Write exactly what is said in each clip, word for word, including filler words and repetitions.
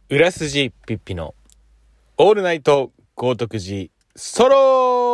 裏筋ピッピのオールナイト豪徳寺ソロ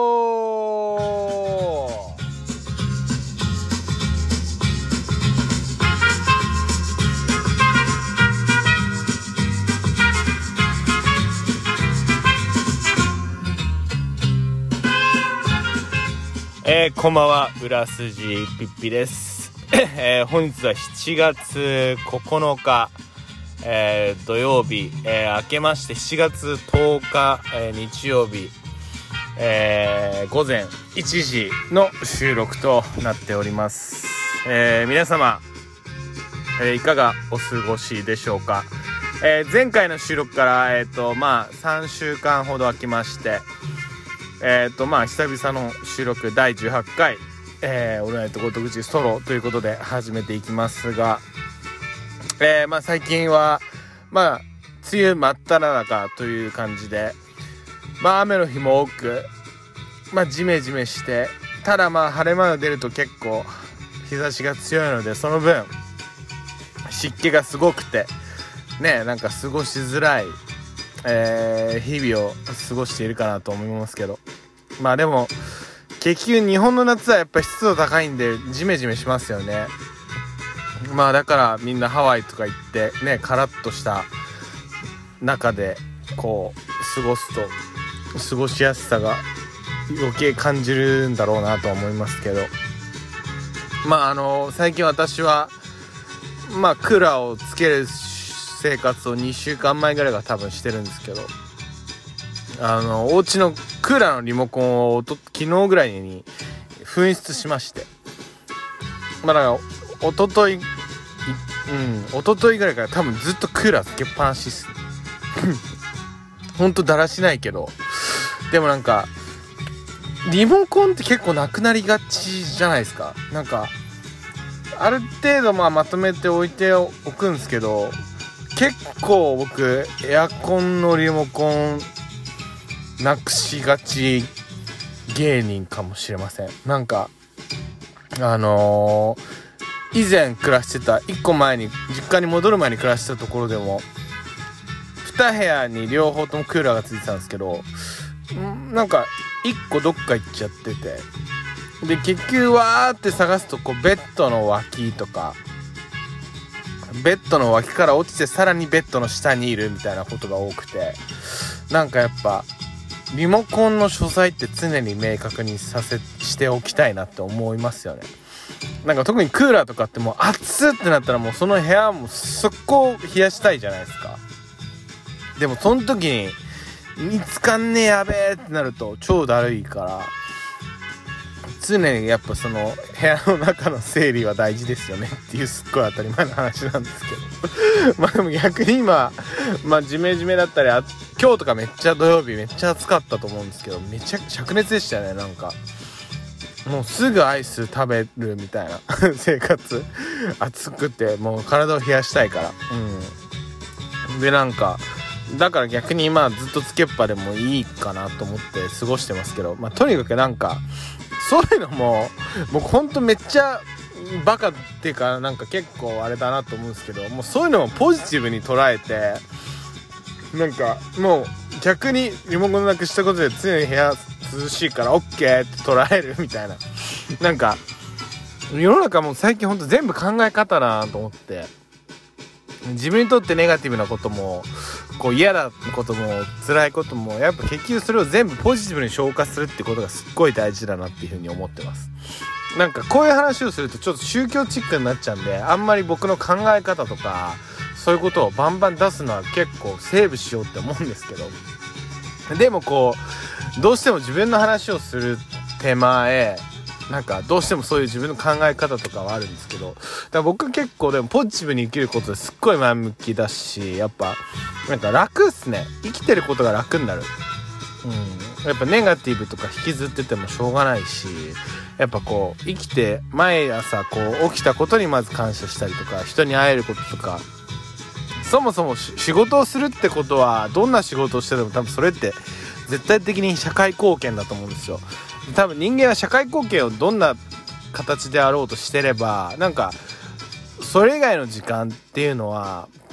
えー、こんばんは、裏筋ピッピです、えー、本日はしちがつここのかえー、土曜日、えー、明けましてしちがつとおか、えー、日曜日、えー、午前いちじの収録となっております。えー、皆様、えー、いかがお過ごしでしょうか。えー、前回の収録から、えーとまあ、さんしゅうかんほど空きまして、えーとまあ、久々の収録だいじゅうはちかい、えー、オールナイト豪徳寺ソロということで始めていきますが、えー、まあ最近はまあ梅雨真っ只中という感じで、まあ雨の日も多く、まあジメジメして、ただまあ晴れ間が出ると結構日差しが強いので、その分湿気がすごくてね、なんか過ごしづらい、えー、日々を過ごしているかなと思いますけど、まあでも結局日本の夏はやっぱり湿度高いんでジメジメしますよね。まあだからみんなハワイとか行ってね、カラッとした中でこう過ごすと過ごしやすさが余計感じるんだろうなとは思いますけど、まああの最近私はまあクーラーをつける生活をにしゅうかんまえぐらいから多分してるんですけど、あのお家のクーラーのリモコンをと昨日ぐらいに紛失しまして、まあだからおととい、うん、おとといぐらいから多分ずっとクーラーつけっぱなしっす。ほんとだらしないけど、でもなんかリモコンって結構なくなりがちじゃないですか。なんかある程度まあまとめて置いておくんですけど、結構僕エアコンのリモコンなくしがち芸人かもしれません。なんかあのー以前暮らしてたいっこまえに実家に戻る前に暮らしてたところでもにへやに両方ともクーラーがついてたんですけど、んなんかいっこどっか行っちゃってて、で結局わーって探すとこうベッドの脇とかベッドの脇から落ちてさらにベッドの下にいるみたいなことが多くて、なんかやっぱリモコンの所在って常に明確にさせしておきたいなって思いますよね。なんか特にクーラーとかってもう暑ってなったらもうその部屋も速攻冷やしたいじゃないですか。でもその時に見つかんねえやべえってなると超だるいから、常にやっぱその部屋の中の整理は大事ですよねっていうすっごい当たり前の話なんですけどまあでも逆に今まあジメジメだったり、あ今日とかめっちゃ土曜日めっちゃ暑かったと思うんですけど、めちゃ灼熱でしたよね。なんかもうすぐアイス食べるみたいな生活、暑くてもう体を冷やしたいから、うんでなんかだから逆に今ずっとつけっぱでもいいかなと思って過ごしてますけど、まあとにかくなんかそういうのも僕ほんとめっちゃバカっていうか、なんか結構あれだなと思うんですけど、もうそういうのもポジティブに捉えて、なんかもう逆にリモコンなくしたことで常に部屋涼しいから OK って捉えるみたいな、なんか世の中もう最近ほんと全部考え方だなと思って、自分にとってネガティブなこともこう嫌なことも辛いこともやっぱ結局それを全部ポジティブに消化するってことがすっごい大事だなっていうふうに思ってます。なんかこういう話をするとちょっと宗教チックになっちゃうんで、あんまり僕の考え方とかそういうことをバンバン出すのは結構セーブしようって思うんですけど、でもこうどうしても自分の話をする手前、なんかどうしてもそういう自分の考え方とかはあるんですけど、だから僕結構でもポジティブに生きることですっごい前向きだし、やっぱなんか楽っすね。生きてることが楽になる。うん、やっぱネガティブとか引きずっててもしょうがないし、やっぱこう生きて毎朝こう起きたことにまず感謝したりとか、人に会えることとか、そもそも仕事をするってことはどんな仕事をしてでも多分それって絶対的に社会貢献だと思うんですよ。多分人間は社会貢献をどんな形であろうとしてれば、なんかそれ以外の時間っていうのは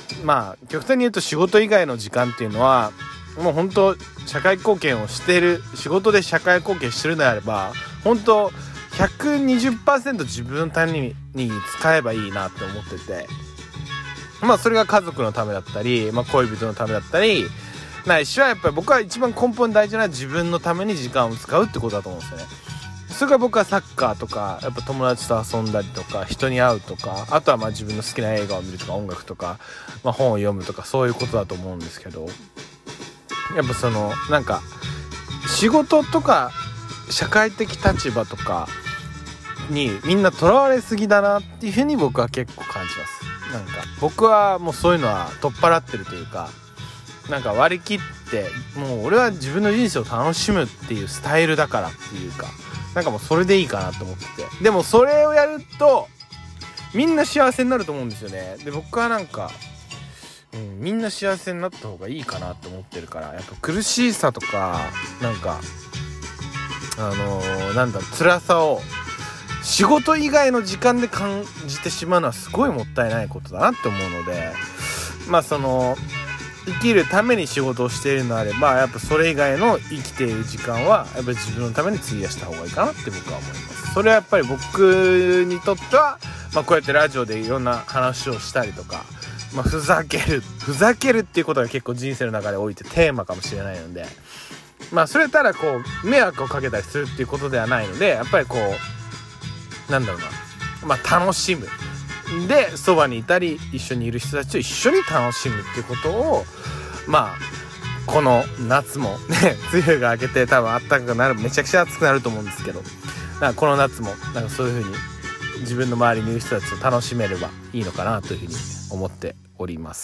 まあ極端に言うと仕事以外の時間っていうのはもう本当社会貢献をしている、仕事で社会貢献してるのであれば本当 ひゃくにじゅっパーセント 自分のために使えばいいなって思ってて、まあそれが家族のためだったり、まあ、恋人のためだったりないしはやっぱり僕は一番根本に大事な自分のために時間を使うってことだと思うんですよね。それから僕はサッカーとかやっぱ友達と遊んだりとか人に会うとか、あとはまあ自分の好きな映画を見るとか音楽とか、まあ、本を読むとかそういうことだと思うんですけど、やっぱそのなんか仕事とか社会的立場とかにみんなとらわれすぎだなっていうふうに僕は結構感じます。なんか僕はもうそういうのは取っ払ってるというか、なんか割り切ってもう俺は自分の人生を楽しむっていうスタイルだからっていうか、なんかもうそれでいいかなと思ってて、でもそれをやるとみんな幸せになると思うんですよね。で僕はなんか、うん、みんな幸せになった方がいいかなと思ってるから、やっぱ苦しさとかなんかあのー、なんだ辛さを仕事以外の時間で感じてしまうのはすごいもったいないことだなって思うので、まあその生きるために仕事をしているのであればやっぱそれ以外の生きている時間はやっぱり自分のために費やした方がいいかなって僕は思います。それはやっぱり僕にとっては、まあ、こうやってラジオでいろんな話をしたりとか、まあ、ふざけるふざけるっていうことが結構人生の中でおいてテーマかもしれないので、まあそれたらこう迷惑をかけたりするっていうことではないので、やっぱりこうなんだろうな、まあ楽しむでそばにいたり一緒にいる人たちと一緒に楽しむっていうことを、まあこの夏もね梅雨が明けて多分暖かくなる、めちゃくちゃ暑くなると思うんですけど、なんかこの夏もなんかそういう風に自分の周りにいる人たちと楽しめればいいのかなというふうに思っております。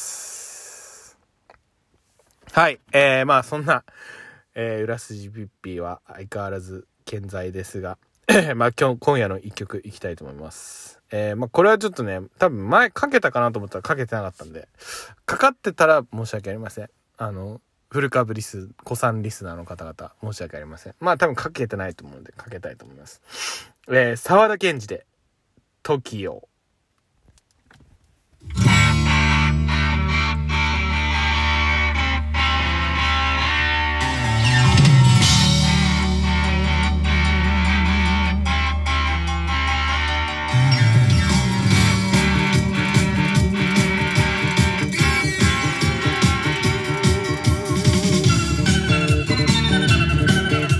はい、えー、まあそんな、えー、裏筋ピッピーは相変わらず健在ですがまあ今日今夜の一曲いきたいと思います。えー、まあこれはちょっとね多分前かけたかなと思ったらかけてなかったんで、かかってたら申し訳ありません。あのフル株リス子さんリスナーの方々申し訳ありません。まあ多分かけてないと思うのでかけたいと思います。えー、沢田研二でトキオ。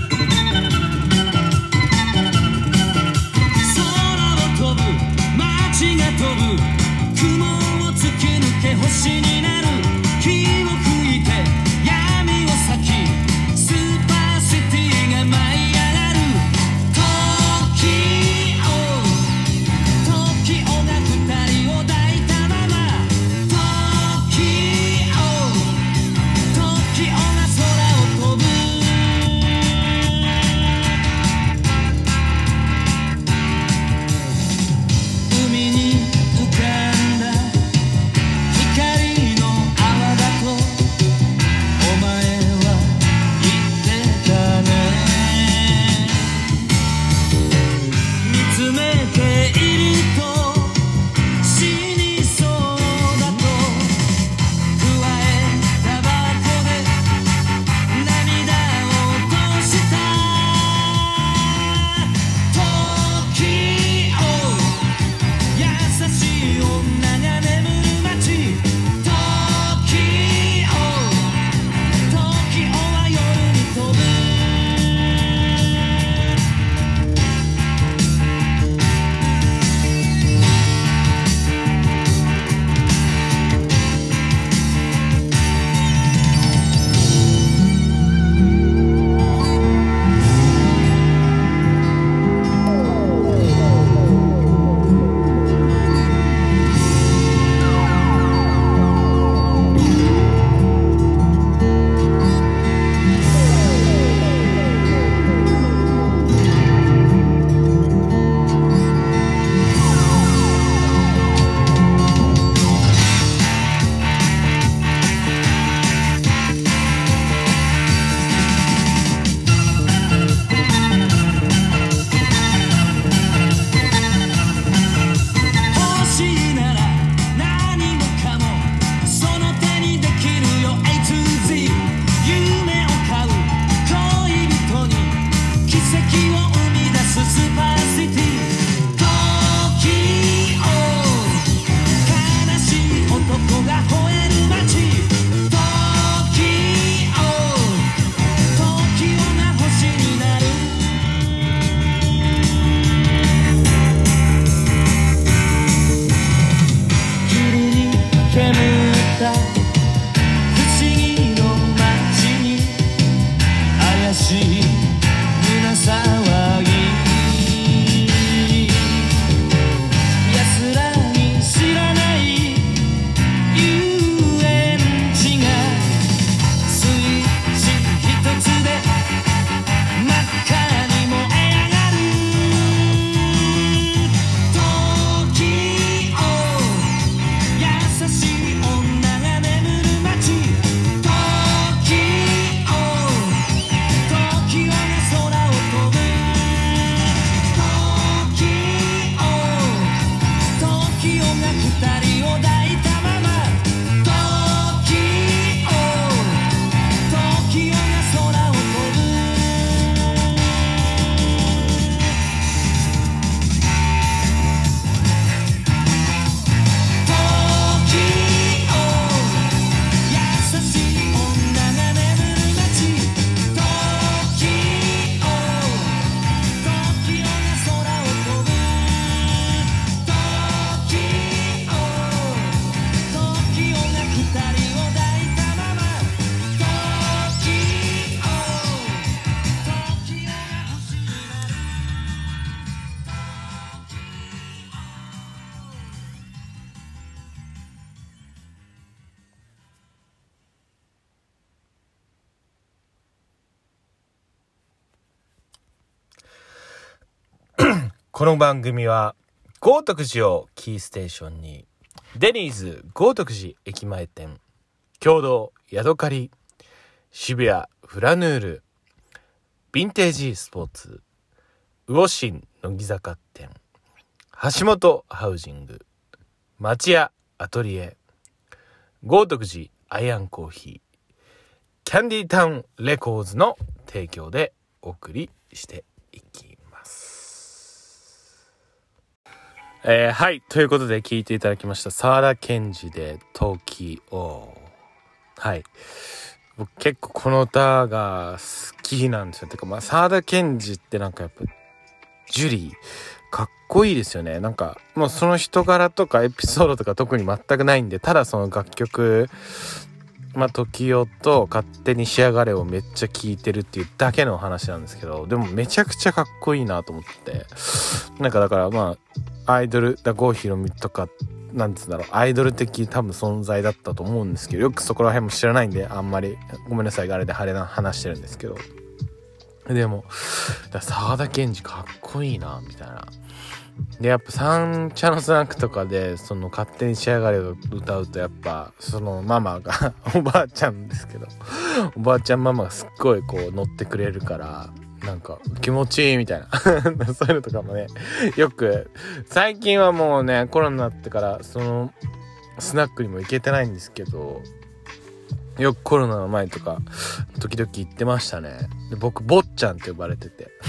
空を飛ぶ街この番組は豪徳寺をキーステーションにデニーズ豪徳寺駅前店、共同ヤドカリ、渋谷フラヌール、ヴィンテージスポーツ、魚心乃木坂店、橋本ハウジング、町屋アトリエ、豪徳寺アイアンコーヒー、キャンディータウンレコーズの提供でお送りしていきます。えー、はいということで聞いていただきました沢田研二でトキオ。はい、僕結構この歌が好きなんですよ。てかまあ沢田研二ってなんかやっぱジュリーかっこいいですよね。なんかもうその人柄とかエピソードとか特に全くないんで、ただその楽曲まあ、時代と勝手に仕上がれをめっちゃ聴いてるっていうだけの話なんですけど、でもめちゃくちゃかっこいいなと思って、なんかだからまあアイドルだ郷ひろみとかなんつうんだろう、アイドル的多分存在だったと思うんですけど、よくそこら辺も知らないんであんまりごめんなさいがあれで晴れな話してるんですけど、でも沢田研二かっこいいなみたいな。でやっぱ三茶のスナックとかでその勝手に仕上がれを歌うと、やっぱそのママがおばあちゃんですけど、おばあちゃんママがすっごいこう乗ってくれるからなんか気持ちいいみたいなそういうのとかもね、よく最近はもうねコロナになってからそのスナックにも行けてないんですけど、よくコロナの前とか時々行ってましたね。で僕坊ちゃんって呼ばれてて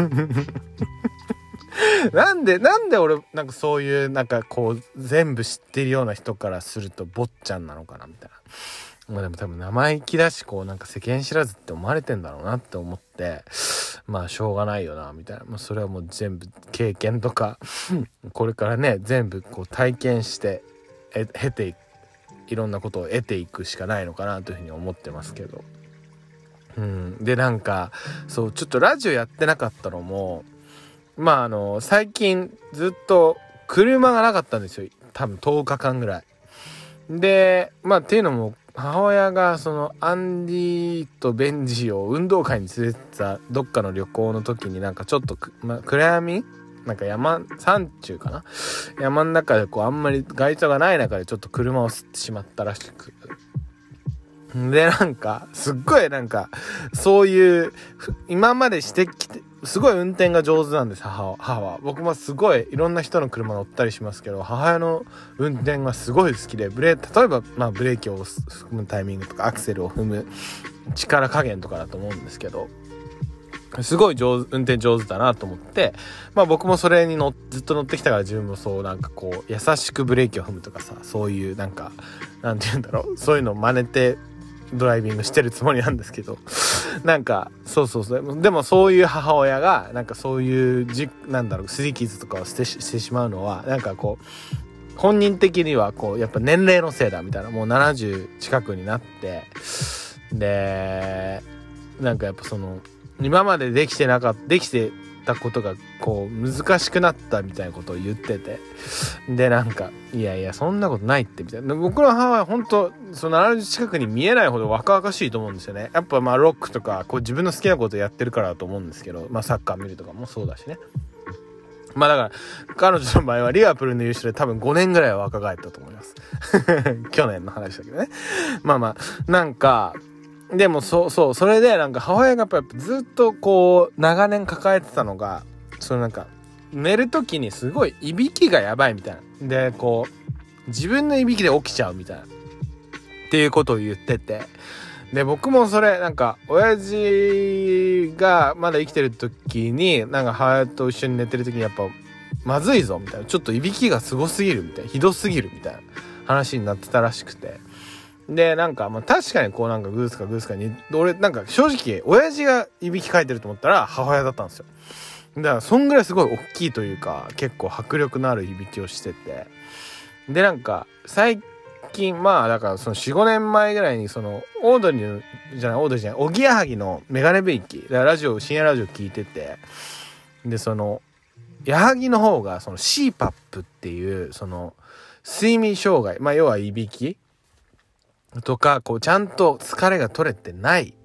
なんでなんで俺なんかそういうなんかこう全部知ってるような人からすると坊ちゃんなのかなみたいな。まあでも多分生意気だし、こうなんか世間知らずって思われてんだろうなって思って、まあしょうがないよなみたいな。まあそれはもう全部経験とかこれからね全部こう体験してえ経ていく、いろんなことを得ていくしかないのかなというふうに思ってますけど、うん、でなんかそうちょっとラジオやってなかったのも、まああの最近ずっと車がなかったんですよ、多分とおかかんぐらいで。まあっていうのも母親がそのアンディとベンジを運動会に連れてたどっかの旅行の時になんかちょっと、まあ、暗闇なんか山山中かな、山の中でこうあんまり街灯がない中でちょっと車を吸ってしまったらしく、でなんかすっごいなんかそういう今までしてきてすごい運転が上手なんです。母は母は僕もすごいいろんな人の車乗ったりしますけど、母親の運転がすごい好きで、ブレ例えばまあブレーキを踏むタイミングとかアクセルを踏む力加減とかだと思うんですけど、すごい上手運転上手だなと思って、まあ僕もそれに乗ずっと乗ってきたから、自分もそうなんかこう優しくブレーキを踏むとかさ、そういうなんかなんて言うんだろう、そういうのを真似てドライビングしてるつもりなんですけど、なんかそうそうそう、でもそういう母親がなんかそういうじなんだろう擦り傷とかをしてしてしまうのはなんかこう本人的にはこうやっぱ年齢のせいだみたいな、もうななじゅう近くになって、でなんかやっぱその今までできてなかったできてたことがこう難しくなったみたいなことを言ってて、でなんかいやいやそんなことないってみたいな。僕の母は本当そのななじゅう近くに見えないほど若々しいと思うんですよね。やっぱまあロックとかこう自分の好きなことやってるからだと思うんですけど、まあサッカー見るとかもそうだしね。まあだから彼女の場合はリバプールの優勝で多分ごねんぐらいは若返ったと思います去年の話だけどね。まあまあなんかでもそうそうそれでなんか母親がやっぱずっとこう長年抱えてたのが、そのなんか寝る時にすごいいびきがやばいみたいなで、こう自分のいびきで起きちゃうみたいなっていうことを言ってて、で僕もそれなんか親父がまだ生きてる時になんか母親と一緒に寝てる時にやっぱまずいぞみたいな、ちょっといびきがすごすぎるみたいな、ひどすぎるみたいな話になってたらしくて、でなんかまあ確かにこうなんかグースかグースかに俺なんか正直親父がいびきかいてると思ったら母親だったんですよ。だからそんぐらいすごい大きいというか結構迫力のあるいびきをしてて、でなんか最近まあだからその よん,ご 年前ぐらいにそのオードリーじゃないオードリーじゃないおぎやはぎのメガネビーキだからラジオ深夜ラジオ聞いてて、でその矢作の方がその シーパップ っていうその睡眠障害、まあ要はいびきとかこうちゃんと疲れが取れてない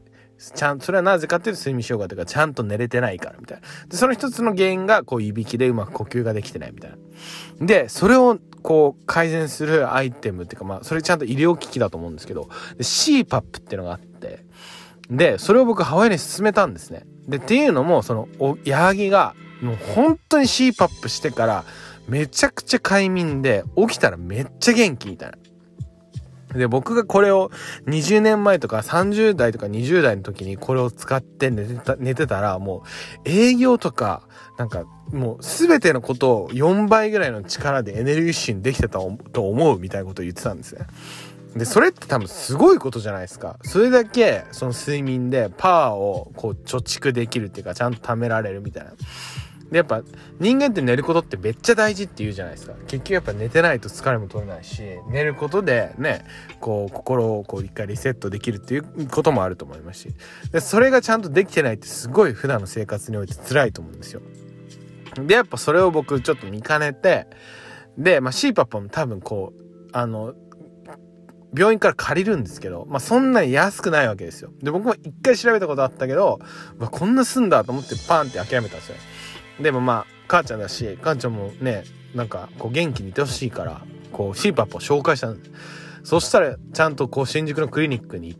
ちゃん、それはなぜかっていうと睡眠障害というかちゃんと寝れてないからみたいな。で、その一つの原因がこういびきでうまく呼吸ができてないみたいな。で、それをこう改善するアイテムっていうかまあそれちゃんと医療機器だと思うんですけど、で シーパップ っていうのがあって、で、それを僕母親に勧めたんですね。で、っていうのもそのお矢作がもう本当に シーパップ してからめちゃくちゃ快眠で起きたらめっちゃ元気みたいな。で、僕がこれをにじゅうねんまえとかさんじゅう代とかにじゅう代の時にこれを使って寝てた、寝てたらもう営業とかなんかもう全てのことをよんばいぐらいの力でエネルギッシュにできてたと思うみたいなことを言ってたんですね。で、それって多分すごいことじゃないですか。それだけその睡眠でパワーをこう貯蓄できるっていうかちゃんと貯められるみたいな。で、やっぱ人間って寝ることってめっちゃ大事って言うじゃないですか。結局やっぱ寝てないと疲れも取れないし、寝ることでね、こう心をこう一回リセットできるっていうこともあると思いますし、でそれがちゃんとできてないってすごい普段の生活において辛いと思うんですよ。で、やっぱそれを僕ちょっと見かねて、で、まあ シーパップ も多分こう、あの、病院から借りるんですけど、まあそんなに安くないわけですよ。で、僕も一回調べたことあったけど、まあ、こんなすんだと思ってパンって諦めたんですよ。でもまあ母ちゃんだし、母ちゃんもね、なんかこう元気にいてほしいからこう シーパップ を紹介したんです。そしたらちゃんとこう新宿のクリニックに行って、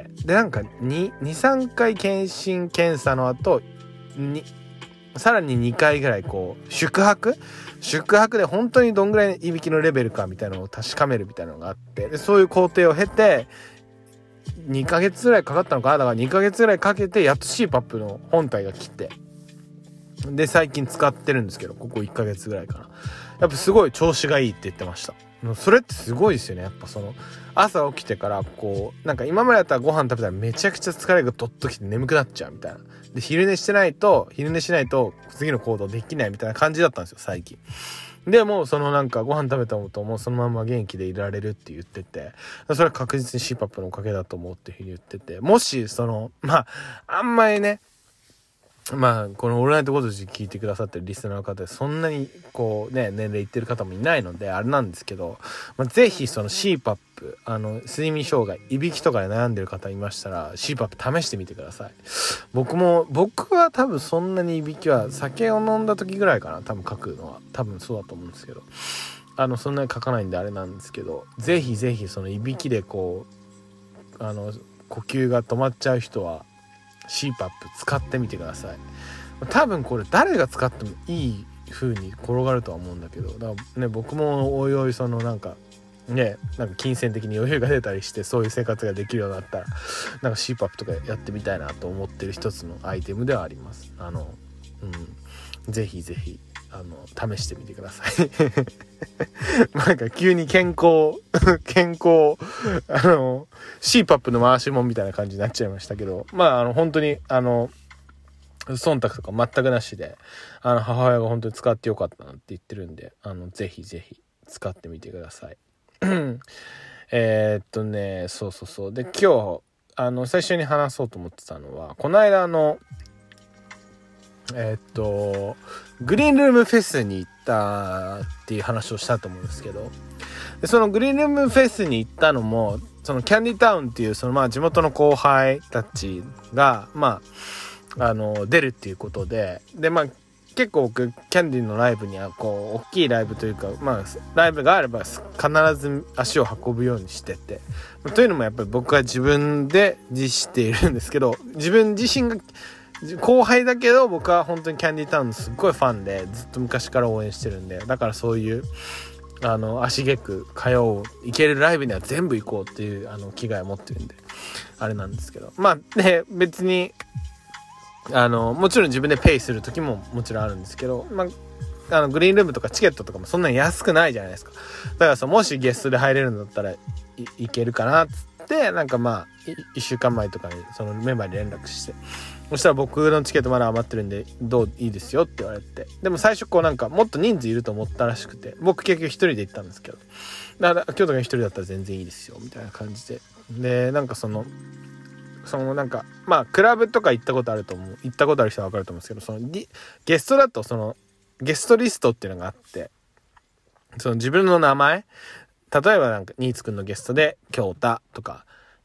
でなんかに、に、さんかい検診検査の後にさらににかいぐらいこう宿泊宿泊で本当にどんぐらいいびきのレベルかみたいなのを確かめるみたいなのがあって、でそういう工程を経てにかげつぐらいかかったのかな。だからにかげつぐらいかけてやっと シーパップ の本体が来て、で最近使ってるんですけど、ここいっかげつぐらいかな。やっぱすごい調子がいいって言ってました。それってすごいですよね。やっぱその朝起きてからこうなんか今までだったらご飯食べたらめちゃくちゃ疲れがどっときて眠くなっちゃうみたいな。で昼寝してないと昼寝しないと次の行動できないみたいな感じだったんですよ最近。でもそのなんかご飯食べたともうそのまま元気でいられるって言ってて、それは確実に シーパップ のおかげだと思うっていうふうに言ってて、もしそのまああんまりね、まあこのオールナイトごとじ聞いてくださってるリスナーの方でそんなにこうね年齢いってる方もいないのであれなんですけど、まあ、ぜひその シーパップ あの睡眠障害いびきとかで悩んでる方いましたら シーパップ 試してみてください。僕も僕は多分そんなにいびきは酒を飲んだ時ぐらいかな、多分書くのは多分そうだと思うんですけど、あのそんなに書かないんであれなんですけど、ぜひぜひそのいびきでこうあの呼吸が止まっちゃう人はシーパップ 使ってみてください。多分これ誰が使ってもいい風に転がるとは思うんだけど、だからね僕もおいおいそのなんかねなんか金銭的に余裕が出たりしてそういう生活ができるようになったらなんか シーパップ とかやってみたいなと思ってる一つのアイテムではあります。あのうんぜひぜひあの試してみてください。なんか急に健康健康あの シーパップ の回しもんみたいな感じになっちゃいましたけど、まああの本当にあの忖度とか全くなしであの母親が本当に使ってよかったなって言ってるんで、あのぜひぜひ使ってみてください。えーっとねそうそうそうで今日あの最初に話そうと思ってたのは、この間のえー、っとグリーンルームフェスに行ったっていう話をしたと思うんですけど、でそのグリーンルームフェスに行ったのもそのキャンディタウンっていうそのまあ地元の後輩たちがまああの出るっていうことで、でまあ結構僕キャンディのライブにはこう大きいライブというかまあライブがあれば必ず足を運ぶようにしてて、というのもやっぱり僕は自分で自しているんですけど、自分自身が後輩だけど僕は本当にキャンディタウンのすっごいファンでずっと昔から応援してるんで、だからそういうあの足げく通う行けるライブには全部行こうっていうあの気概を持ってるんであれなんですけど、まあね別にあのもちろん自分でペイする時ももちろんあるんですけど、まああのグリーンルームとかチケットとかもそんなに安くないじゃないですか。だからさ、もしゲストで入れるんだったら い, いけるかなっつってなんかまあいっしゅうかんまえとかにそのメンバーに連絡して、そしたら僕のチケットまだ余ってるんでどういいですよって言われて、でも最初こうなんかもっと人数いると思ったらしくて、僕結局一人で行ったんですけど、だから京都が一人だったら全然いいですよみたいな感じで、でなんかそのそのなんかまあクラブとか行ったことあると思う行ったことある人は分かると思うんですけど、そのゲストだとそのゲストリストっていうのがあって、その自分の名前例えばなんかニーツくんのゲストで京太とか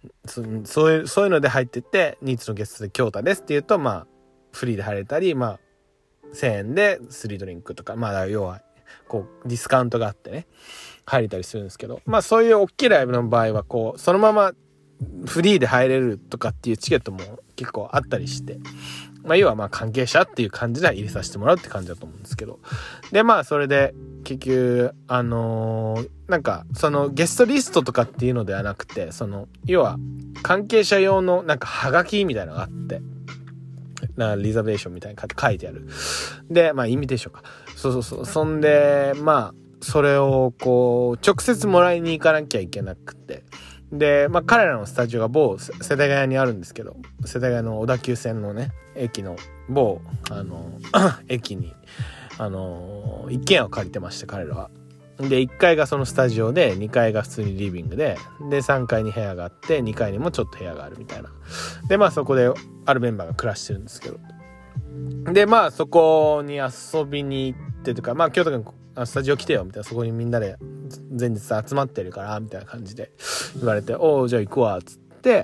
そ, そういうそういうので入ってって、ニーツのゲストで京太ですって言うと、まあフリーで入れたり、まあせんえんでスリードリンクとか、まあ要はこうディスカウントがあってね入れたりするんですけど、まあそういう大きいライブの場合はこうそのままフリーで入れるとかっていうチケットも結構あったりして、まあ要はまあ関係者っていう感じで入れさせてもらうって感じだと思うんですけど、でまあそれで結局あのー、なんかそのゲストリストとかっていうのではなくて、その要は関係者用のなんかハガキみたいなのがあって、なリザベーションみたいに書いてある。でまあインビテーションか、そうそうそう、そんでまあそれをこう直接もらいに行かなきゃいけなくて、でまあ彼らのスタジオが某世田谷にあるんですけど、世田谷の小田急線のね駅の某あの駅にあの一軒家を借りてまして、彼らは。でいっかいがそのスタジオで、にかいが普通にリビングで、でさんがいに部屋があって、にかいにもちょっと部屋があるみたいな。でまあそこであるメンバーが暮らしてるんですけど、でまあそこに遊びに行ってとか、まあ京都君スタジオ来てよみたいな、そこにみんなで前日集まってるからみたいな感じで言われて、おおじゃあ行くわっつって、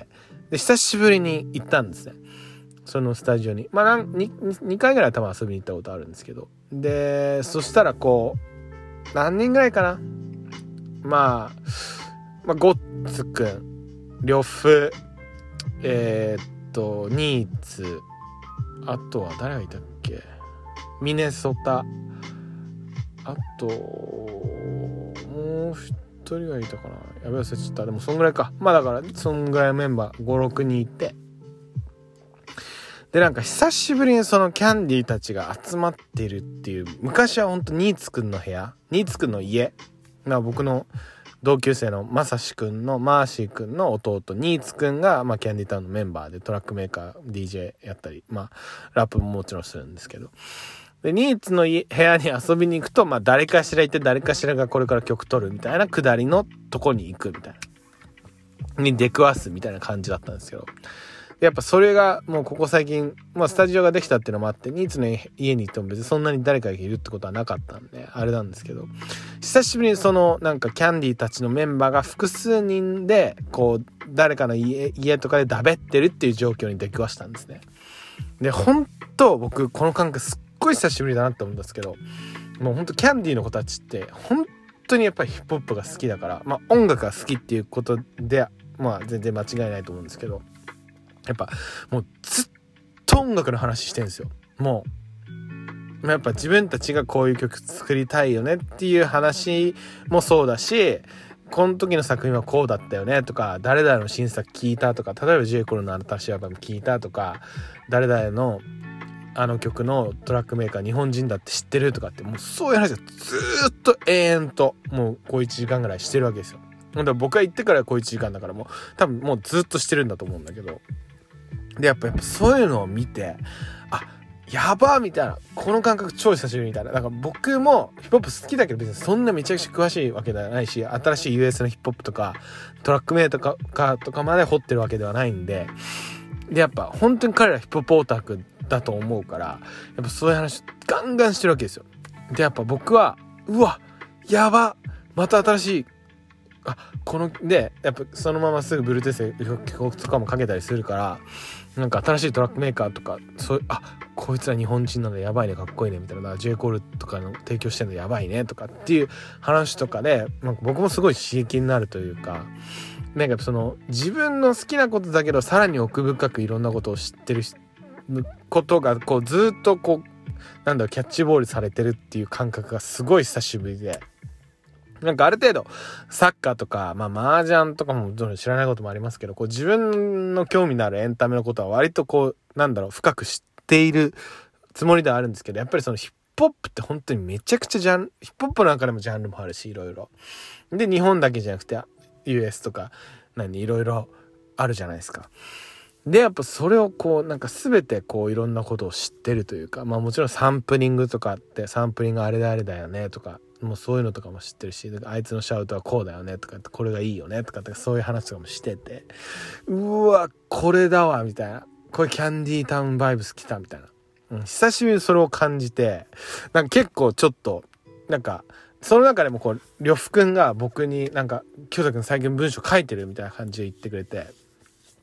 で久しぶりに行ったんですね、そのスタジオに。まあ 2, にかいぐらい多分遊びに行ったことあるんですけど、でそしたらこう何人ぐらいかな、まあまあゴッツくん、リョフ、えー、っとニーツ、あとは誰がいたっけ、ミネソタ、あともう一人がいたかな、やべえ忘れちゃった。でもそんぐらいか。まあだからそんぐらいメンバーご、ろくにんいて、でなんか久しぶりにそのキャンディーたちが集まっているっていう、昔はほんとニーツくんの部屋、ニーツくんの家、まあ僕の同級生のまさしくんのマーシーくんの弟ニーツくんが、まあ、キャンディータウンのメンバーでトラックメーカー ディージェー やったり、まあラップももちろんするんですけど、でニーツの部屋に遊びに行くと、まあ誰かしらいて、誰かしらがこれから曲取るみたいなくだりのとこに行くみたいなに出くわすみたいな感じだったんですけど、やっぱそれがもうここ最近、まあスタジオができたっていうのもあって、ニーツの家に行っても別にそんなに誰かがいるってことはなかったんであれなんですけど、久しぶりにそのなんかキャンディーたちのメンバーが複数人でこう誰かの家家とかでだべってるっていう状況に出くわしたんですね。で本当僕この感覚すっごい久しぶりだなって思うんですけど、もう本当キャンディーの子たちって本当にやっぱりヒップホップが好きだから、まあ音楽が好きっていうことでまあ全然間違いないと思うんですけど、やっぱもうずっと音楽の話してるんですよ。もうやっぱ自分たちがこういう曲作りたいよねっていう話もそうだし、この時の作品はこうだったよねとか、誰々の新作聞いたとか、例えば J コロの新しいアルバム聞いたとか、誰々のあの曲のトラックメーカー日本人だって知ってるとかって、もうそういう話がずーっと永遠ともうこういちじかんぐらいしてるわけですよ。だから僕が行ってからこういちじかんだから、もう多分もうずっとしてるんだと思うんだけど、でやっぱやっぱそういうのを見て、あやばーみたいな、この感覚超久しぶりみたいな。だから僕もヒップホップ好きだけど別にそんなめちゃくちゃ詳しいわけではないし、新しい ユーエス のヒップホップとかトラックメーカーとかまで掘ってるわけではないんで、でやっぱ本当に彼らヒップホップオタクだと思うから、やっぱそういう話ガンガンしてるわけですよ。でやっぱ僕はうわやば、また新しい、あこのでやっぱそのまますぐ Bluetooth で曲とかもかけたりするから、なんか新しいトラックメーカーとか、そういう、あこいつら日本人なのやばいね、かっこいいねみたいな、 J コールとかの提供してるのやばいねとかっていう話とかで、なんか僕もすごい刺激になるというか、なんかその自分の好きなことだけどさらに奥深くいろんなことを知ってることがこうずっとこうなんだろうキャッチボールされてるっていう感覚がすごい久しぶりで、なんかある程度サッカーとかまあ麻雀とかも知らないこともありますけど、こう自分の興味のあるエンタメのことは割とこうなんだろう深く知っているつもりではあるんですけど、やっぱりそのヒップホップって本当にめちゃくちゃジャンヒップホップの中でもジャンルもあるし、いろいろで日本だけじゃなくて ユーエス とか何いろいろあるじゃないですか。でやっぱそれをこうなんか全てこういろんなことを知ってるというか、まあもちろんサンプリングとかってサンプリングあれだあれだよねとか、もうそういうのとかも知ってるし、あいつのシャウトはこうだよねとかって、これがいいよねとかってそういう話とかもしてて、うわこれだわみたいな、これキャンディータウンバイブス来たみたいな、うん、久しぶりにそれを感じて、なんか結構ちょっとなんかその中でもこう呂布くんが僕になんか京太くん最近文章書いてるみたいな感じで言ってくれて、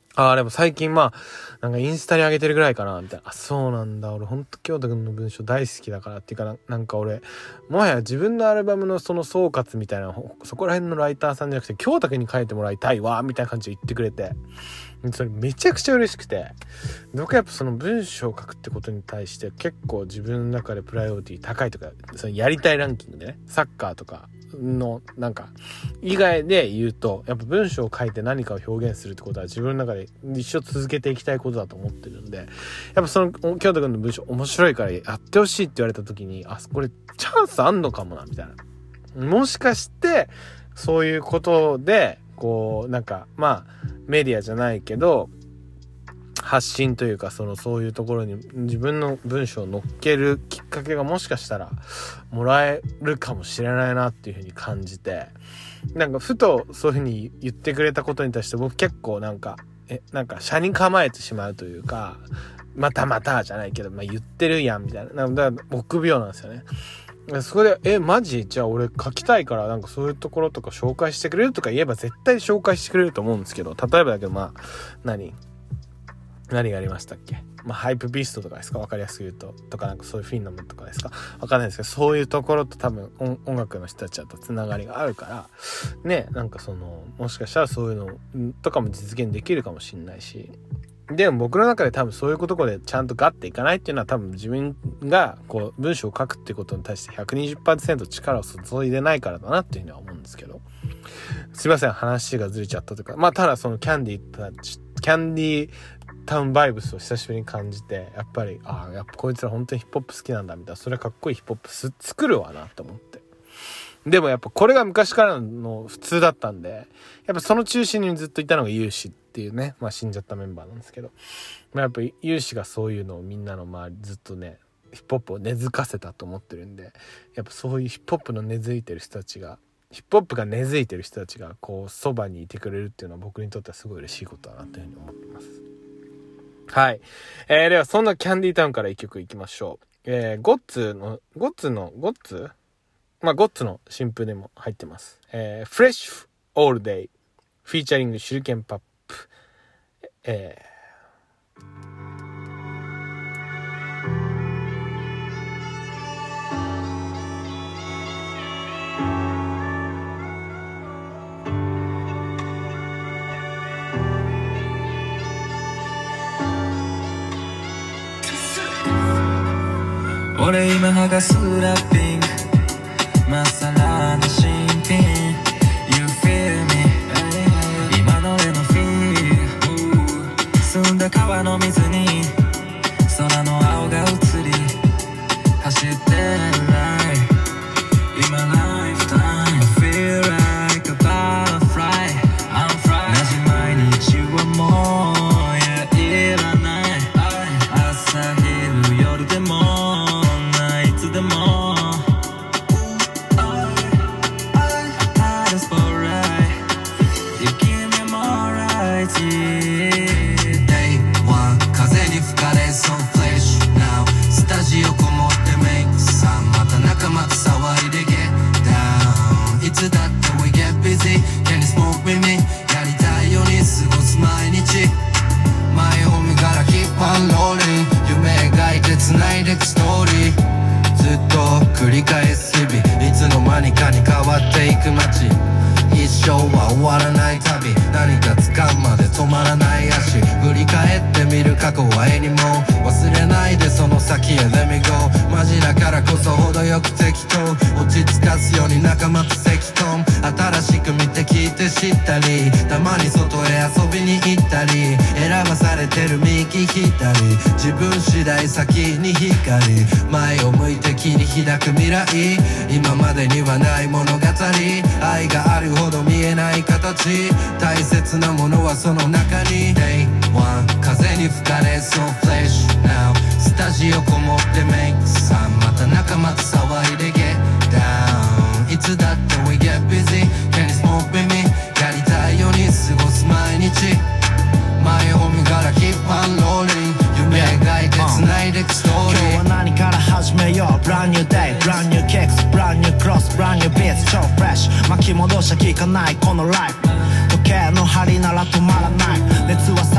ああ、でも最近まあ、なんかインスタに上げてるぐらいかな、みたいな。あ、そうなんだ。俺ほんと京太くんの文章大好きだからっていうかな、なんか俺、もはや自分のアルバムのその総括みたいな、そこら辺のライターさんじゃなくて、京太くんに書いてもらいたいわ、みたいな感じで言ってくれて。それめちゃくちゃ嬉しくて。僕やっぱその文章を書くってことに対して結構自分の中でプライオリティ高いとか、そのやりたいランキングでね、サッカーとかのなんか以外で言うと、やっぱ文章を書いて何かを表現するってことは自分の中で一生続けていきたいことだと思ってるんで、やっぱその京太くんの文章面白いからやってほしいって言われた時に、あ、これチャンスあんのかもなみたいな。もしかしてそういうことでこうなんかまあメディアじゃないけど発信というか、そのそういうところに自分の文章を乗っけるきっかけがもしかしたらもらえるかもしれないなっていうふうに感じて、なんかふとそういうふうに言ってくれたことに対して僕結構なんかえなんか車に構えてしまうというか、またまたじゃないけど、まあ、言ってるやんみたいな、なんかだから臆病なんですよね。そこでえマジじゃあ俺書きたいからなんかそういうところとか紹介してくれるとか言えば絶対紹介してくれると思うんですけど、例えばだけどまあ何何がありましたっけ、まあハイプビーストとかですか、わかりやすく言うと、とかなんかそういうフィンナムとかですか、わかんないですけど、そういうところと多分音, 音楽の人たちだとつながりがあるからね、なんかそのもしかしたらそういうのとかも実現できるかもしれないし、でも僕の中で多分そういうところでちゃんとガッていかないっていうのは多分自分がこう文章を書くっていうことに対して ひゃくにじゅっパーセント 力を注いでないからだなっていうふうには思うんですけど、すいません話がずれちゃったというか、まあただそのキャンディーたちキャンディータウンバイブスを久しぶりに感じて、やっぱりああやっぱこいつら本当にヒップホップ好きなんだみたいな、それはかっこいいヒップホップす作るわなと思って、でもやっぱこれが昔からの普通だったんで、やっぱその中心にずっといたのがユウシっていうね、まあ死んじゃったメンバーなんですけど、まあ、やっぱりユウシがそういうのをみんなの周りずっとねヒップホップを根付かせたと思ってるんで、やっぱそういうヒップホップの根付いてる人たちがヒップホップが根付いてる人たちがこうそばにいてくれるっていうのは僕にとってはすごい嬉しいことだなというふうに思ってます。はい、えー、ではそんなキャンディータウンから一曲いきましょう。えー、ゴッツのゴッツのゴッツまあゴッツの新譜でも入ってます。えー、フレッシュオールデイフィーチャリングシュリケンパップ、えー俺今剥がすラッピングまっさらな新品 You feel me 今の俺の feel 澄んだ川の水に空の青が映り走ってる life 今 lifetime Feel like a butterfly I'm fly 同じ毎日はもういらない朝昼夜でもでも I just for right You give me more right Day one 風に吹かれ So flash now スタジオこもってメイクさんまた仲間と騒いで Get down いつだって We get busy Can you smoke with me やりたいように過ごす毎日前を見から Keep on rolling 夢描いて繋いでくストーリーずっと繰り返す日々いつの間にかに変わっていく街一生は終わらない旅何か掴むまで止まらない足振り返ってみる過去は絵にも忘れないでその先へ Let me go マジだからこそ程よく適当落ち着かすように仲間とせき込む新しく見て聞いて知ったりたまに外へ遊びに行ったり選ばされてる右左自分次第先に光前を向いて切り開く未来今までにはない物語愛があるほど見えない形大切なものはその中に Day one 風に吹かれ So flash now スタジオこもってメイクさんまた仲間と騒いで Get down いつだって We get busy Can you smoke with me やりたいように過ごす毎日前を見から Keep on rolling 夢描いて繋いでくストーリー今日は何から始めよう Brand new day Brand new kicks Brand new cross Brand new beats 超フレッシュ巻き戻しゃ効かないこのライフ時計の針なら止まらない熱は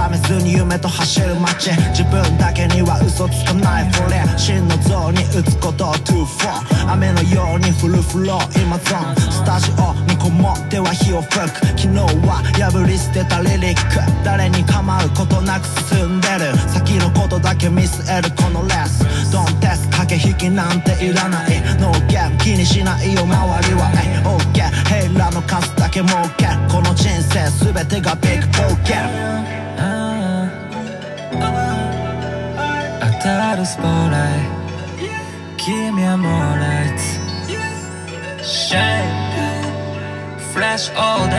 に夢と走る街、自分だけには嘘つかないフレア、真の像に打つことをトゥーフォー、雨のようにフルフロー今ゾーン、スタジオにこもっては火を吹く、昨日は破り捨てたリリック、誰に構うことなく進んでる、先のことだけ見据えるこのレース、ドンテス駆け引きなんていらない、ノーゲーム気にしないよ周りは、えいオーケー、ヘイラーの数だけ儲ける、この人生全てがビッグ冒険、当たるスポットライト、君はもうライトシャインフレッシュオーデ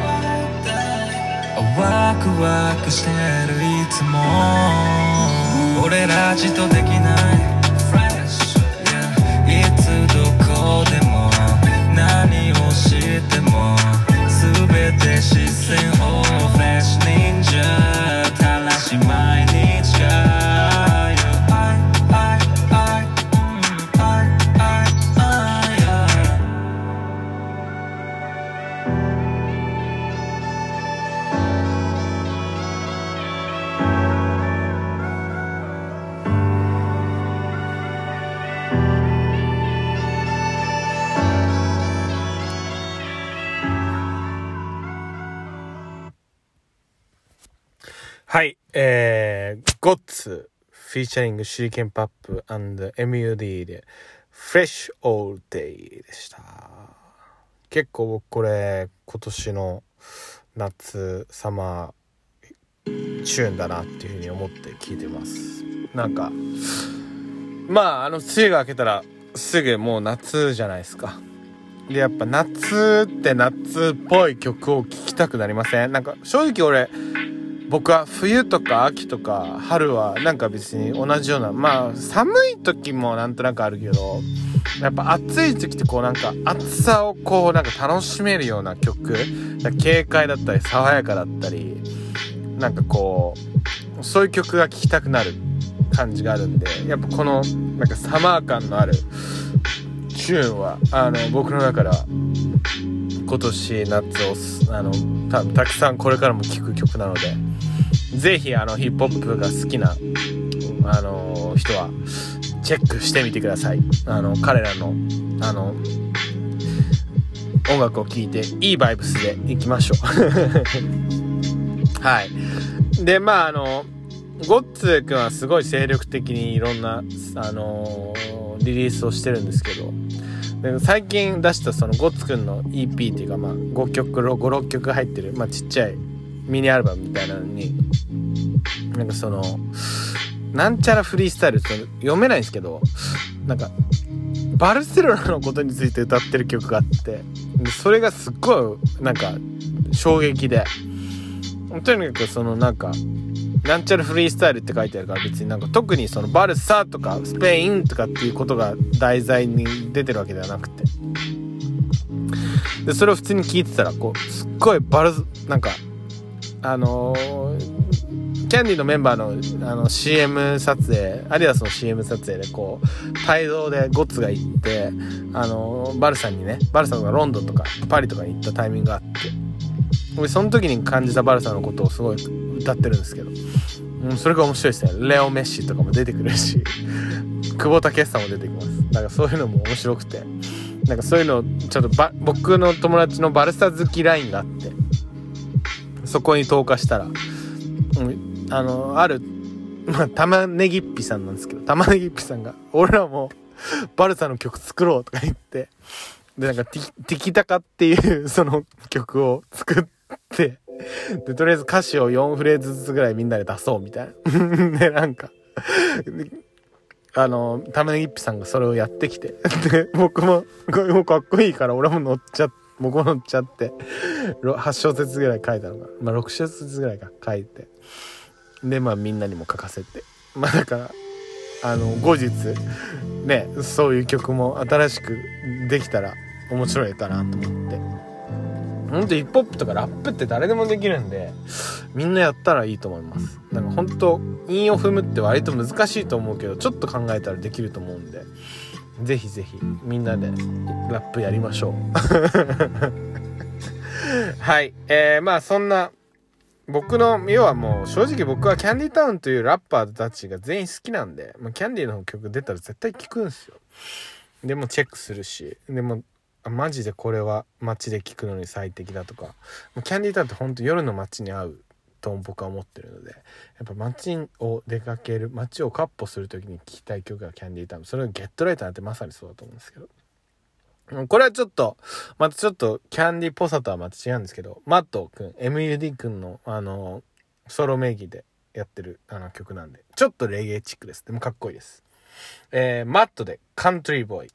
イ、ワクワクしてるいつも、俺らじとできないフレッシュ、いつどこでも何をしても全て視線をフレッシュ忍者正しい毎日がはい、えー、ゴッツフィーチャリングシリケンパップ and エムユーディー で Fresh All Day でした。結構僕これ今年の夏サマーチューンだなっていう風に思って聴いてます。なんかまああの梅雨が明けたらすぐもう夏じゃないですか。でやっぱ夏って夏っぽい曲を聴きたくなりません？なんか正直俺僕は冬とか秋とか春はなんか別に同じような、まあ寒い時もなんとなくあるけど、やっぱ暑い時ってこうなんか暑さをこうなんか楽しめるような曲、軽快だったり爽やかだったり、なんかこうそういう曲が聴きたくなる感じがあるんで、やっぱこのなんかサマー感のあるチューンはあの僕の中では今年夏をあのたたくさんこれからも聴く曲なので、ぜひあのヒップホップが好きなあの人はチェックしてみてください。あの彼らのあの音楽を聴いていいバイブスでいきましょうはい。でまああのゴッツくんはすごい精力的にいろんなあのリリースをしてるんですけど、で最近出したそのゴッツくんの イーピー っていうか、まあごきょくごろっきょく入ってる、まあちっちゃいミニアルバムみたいなのに、なんかそのなんちゃらフリースタイルって読めないんですけど、なんかバルセロナのことについて歌ってる曲があって、でそれがすっごいなんか衝撃で、とにかくそのなんかなんちゃらフリースタイルって書いてあるから、別になんか特にそのバルサとかスペインとかっていうことが題材に出てるわけではなくて、でそれを普通に聞いてたらこうすっごいバルなんかあのー、キャンディーのメンバーの、あの シーエム 撮影、アディダスの シーエム 撮影でこう帯同でゴッツが行って、あのー、バルサにね、バルサとかロンドンとかパリとかに行ったタイミングがあって、俺その時に感じたバルサのことをすごい歌ってるんですけど、うん、それが面白いですね。レオ・メッシとかも出てくるし久保建英も出てきます。なんかそういうのも面白くて、なんかそういうのちょっとば僕の友達のバルサ好きラインがあって、そこに投下したら、うん、あのある、まあ、玉ねぎっぴさんなんですけど、玉ねぎっぴさんが俺らもバルサの曲作ろうとか言って、でなんかティティキタカっていうその曲を作って、でとりあえず歌詞をよんフレーズずつぐらいみんなで出そうみたいなでなんかあの玉ねぎっぴさんがそれをやってきて、で僕もこれもかっこいいから俺も乗っちゃって、僕も乗っちゃってはちしょうせつぐらい書いたのが、まあろくしょうせつぐらいか書いて、でまあみんなにも書かせて、まあだからあの後日ね、そういう曲も新しくできたら面白いかなと思って、ほんとヒップホップとかラップって誰でもできるんで、みんなやったらいいと思います。なんかほんと韻を踏むって割と難しいと思うけど、ちょっと考えたらできると思うんで、ぜひぜひみんなでラップやりましょうはい、えー、まあそんな僕の要はもう正直僕はキャンディータウンというラッパーたちが全員好きなんで、まあ、キャンディーの曲出たら絶対聴くんですよ。でもチェックするし、でもマジでこれは街で聴くのに最適だとか、キャンディータウンって本当夜の街に合うと僕は思ってるので、やっぱ街を出かける、街を闊歩するときに聴きたい曲がキャンディータウン。それがゲットライトなんてまさにそうだと思うんですけど、これはちょっとまたちょっとキャンディーっぽさとはまた違うんですけど、マットくん エムユーディー くんのあのソロ名義でやってるあの曲なんで、ちょっとレゲエチックです。でもかっこいいです。えー、マットでカントリーボーイ。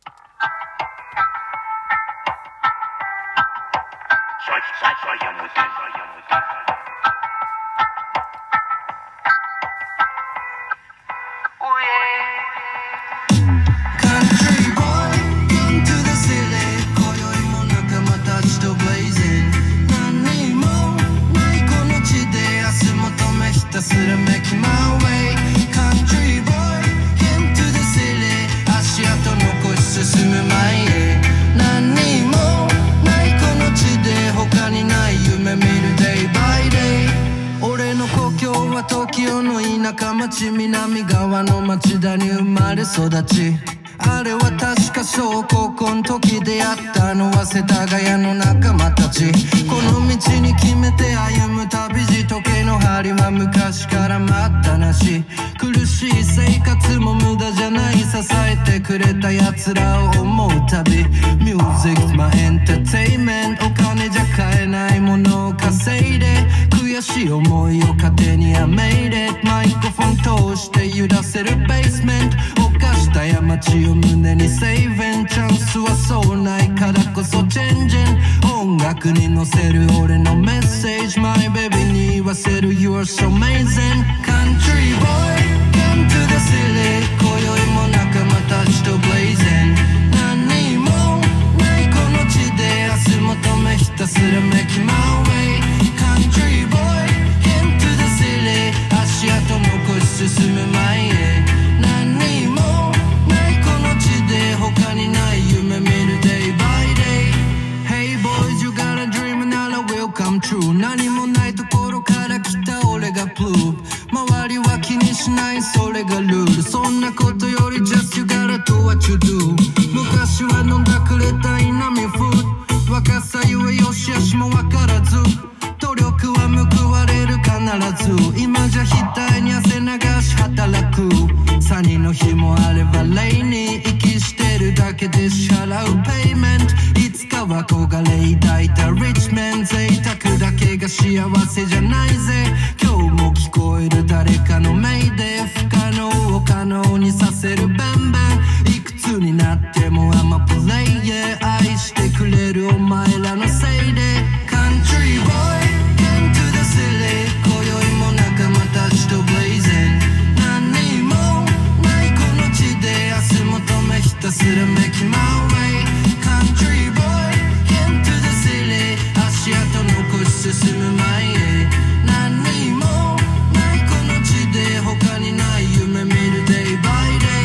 南側の町田に生まれ育ち、あれは確か小高校の時出会ったのは世田谷の仲間たち。この道に決めて歩む旅路、時計の針は昔から待ったなし。苦しい生活も無駄じゃない、支えてくれた奴らを思う旅。ミュージックまエンターテインメント、お金じゃ買えないものを稼いで、悔しい思いを糧にI made it。マイクフォン通して揺らせるベースメント、犯した過ちを胸にセーブン。チャンスはそうないからこそチェンジン。音楽に乗せる俺のメッセージ、マイベビーに言わせる You are so amazing Country boy come to the city。 今宵も仲間たちと blazing。 何もないこの地で明日求めひたすら make my way Country boy come to the city。 足跡残し進む前へ、何もないこの地で他にない夢見る day by day。 Hey boys you got a dreamなら will come true。 何もないところから来た俺がプルー、周りは気にしないそれがルール。そんなことより just you gotta do what you do。 昔は飲んだくれたいなみフード、若さゆえよしあしもわからず、努力は報われる必ず。今じゃ額に汗流し働く、サニーの日もあればレイに息してるだけで支払うペイメント。いつかは憧れ抱いたリッチメン、贅沢だけが幸せじゃないぜ。今日も聞こえる誰かのメイデー、不可能を可能にさせるベンベン。いくつになっても I'm a player、 愛してくれるお前らのせいで Country boy come to the city。 今宵も仲間たちと blazing。 何もないこの地で明日求めひたすら make my way Country boy come to the city。 足跡残し進む前へ、何もないこの地で他にない夢見る day by day。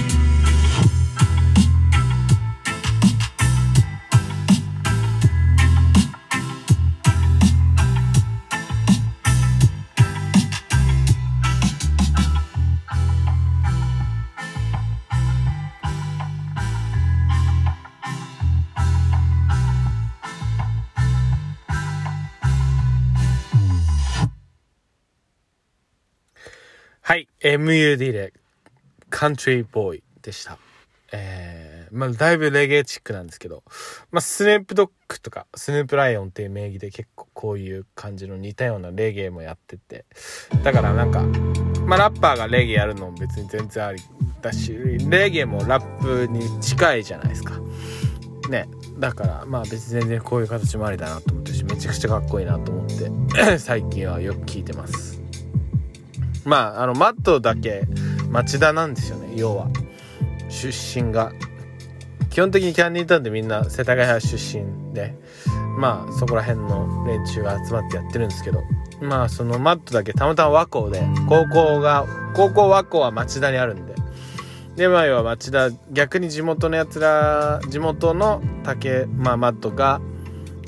はい、エムユーディー でカントリーボーイでした。えー、まあだいぶレゲエチックなんですけど、まあスネープドッグとかスヌープライオンっていう名義で結構こういう感じの似たようなレゲエもやってて、だからなんかまあラッパーがレゲエやるのも別に全然ありだし、レゲエもラップに近いじゃないですかね。だからまあ別に全然こういう形もありだなと思ってし、めちゃくちゃかっこいいなと思って最近はよく聞いてます。まああのマットだけ町田なんですよね。要は出身が基本的にキャンディータウンでみんな世田谷出身で、まあそこら辺の連中が集まってやってるんですけど、まあそのマットだけたまたま和光で、高校が高校和光は町田にあるんで、でまあ要は町田、逆に地元のやつら、地元の竹、まあマットが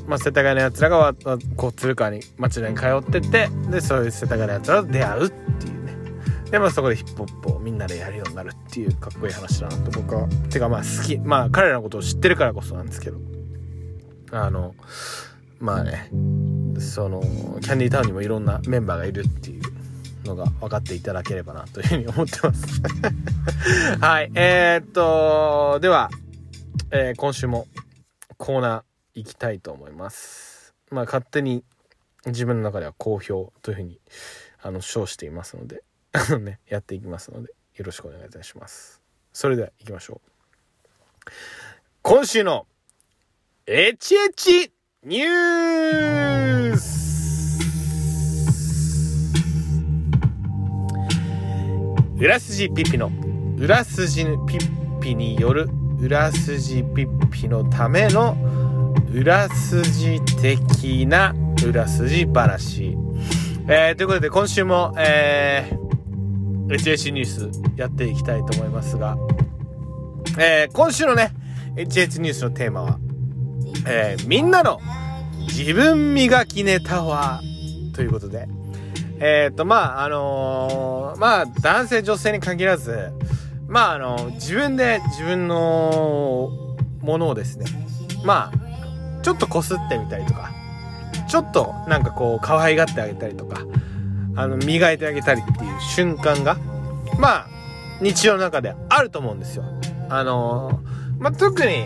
まあ、世田谷のやつらがこう鶴川に町田に通ってて、でそういう世田谷のやつらと出会うっていうね。でまあそこでヒップホップをみんなでやるようになるっていうかっこいい話だなと僕はてかまあ好き、まあ彼らのことを知ってるからこそなんですけど、あのまあね、そのキャンディータウンにもいろんなメンバーがいるっていうのが分かっていただければなというふうに思ってますはい、えー、っとでは、えー、今週もコーナー行きたいと思います。まあ勝手に自分の中では好評というふうにあの称していますのであのねやっていきますのでよろしくお願いいたします。それでは行きましょう。今週のエチエチニュース。裏筋ピッピの裏筋ピッピによる裏筋ピッピのための裏筋的な裏筋話、えー、ということで今週も、えー、エチエチニュースやっていきたいと思いますが、えー、今週のね エチエチニュースのテーマは、えー、みんなの自分磨きネタはということで、えっとまああのー、まあ男性女性に限らず、まああの自分で自分のものをですね、まあちょっとこすってみたりとか、ちょっとなんかこう可愛がってあげたりとか、あの磨いてあげたりっていう瞬間がまあ日常の中であると思うんですよ。あのー、まあ特に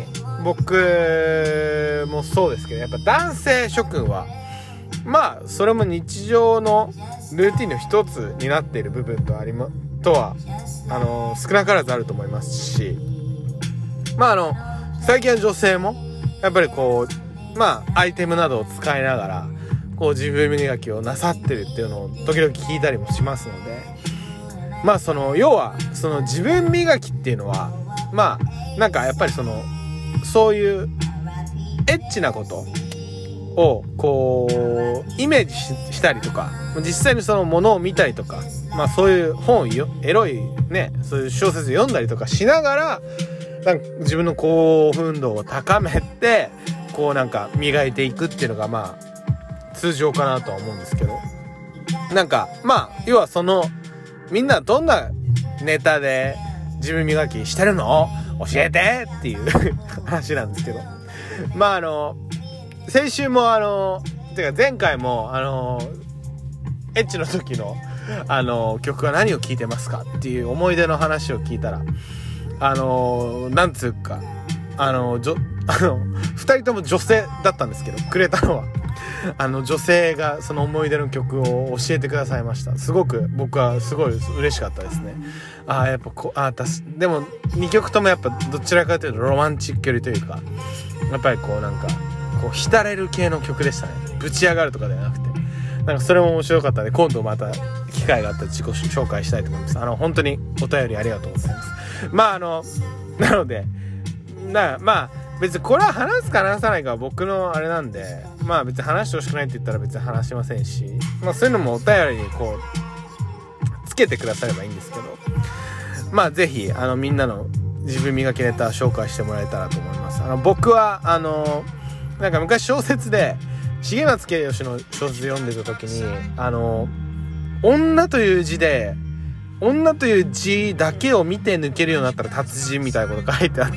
僕もそうですけど、やっぱ男性諸君はまあそれも日常のルーティンの一つになっている部分とありまとはあのー、少なからずあると思いますし、まああの最近は女性もやっぱりこうまあアイテムなどを使いながらこう自分磨きをなさってるっていうのを時々聞いたりもしますので、まあその要はその自分磨きっていうのはまあなんかやっぱりそのそういうエッチなことをこうイメージ し, したりとか、実際にそのものを見たりとか、まあそういう本よエロいねそういう小説読んだりとかしながらなんか自分の興奮度を高めてこうなんか磨いていくっていうのがまあ通常かなとは思うんですけど、なんかまあ要はそのみんなどんなネタで自分磨きしてるの教えてっていう話なんですけど、まああの先週もあのてか前回もあのエッチの時のあの曲は何を聴いてますかっていう思い出の話を聞いたら、あのなんつうかあのじょあのふたりとも女性だったんですけど、くれたのはあの女性がその思い出の曲を教えてくださいました。すごく僕はすごい嬉しかったですね。ああやっぱこあたすでもにきょくともやっぱどちらかというとロマンチック寄りというか、やっぱりこうなんかこう浸れる系の曲でしたね。ぶち上がるとかではなくて、なんかそれも面白かったので今度また機会があったら自己紹介したいと思います。あの本当にお便りありがとうございます。まああのなのでなまあ別にこれは話すか話さないかは僕のあれなんで、まあ別に話してほしくないって言ったら別に話しませんし、まあそういうのもお便りにこうつけてくださればいいんですけど、まあぜひあのみんなの自分磨きネタ紹介してもらえたらと思います。あの僕はあのなんか昔小説で重松慶義の小説読んでた時に、あの女という字で女という字だけを見て抜けるようになったら達人みたいなこと書いてあって、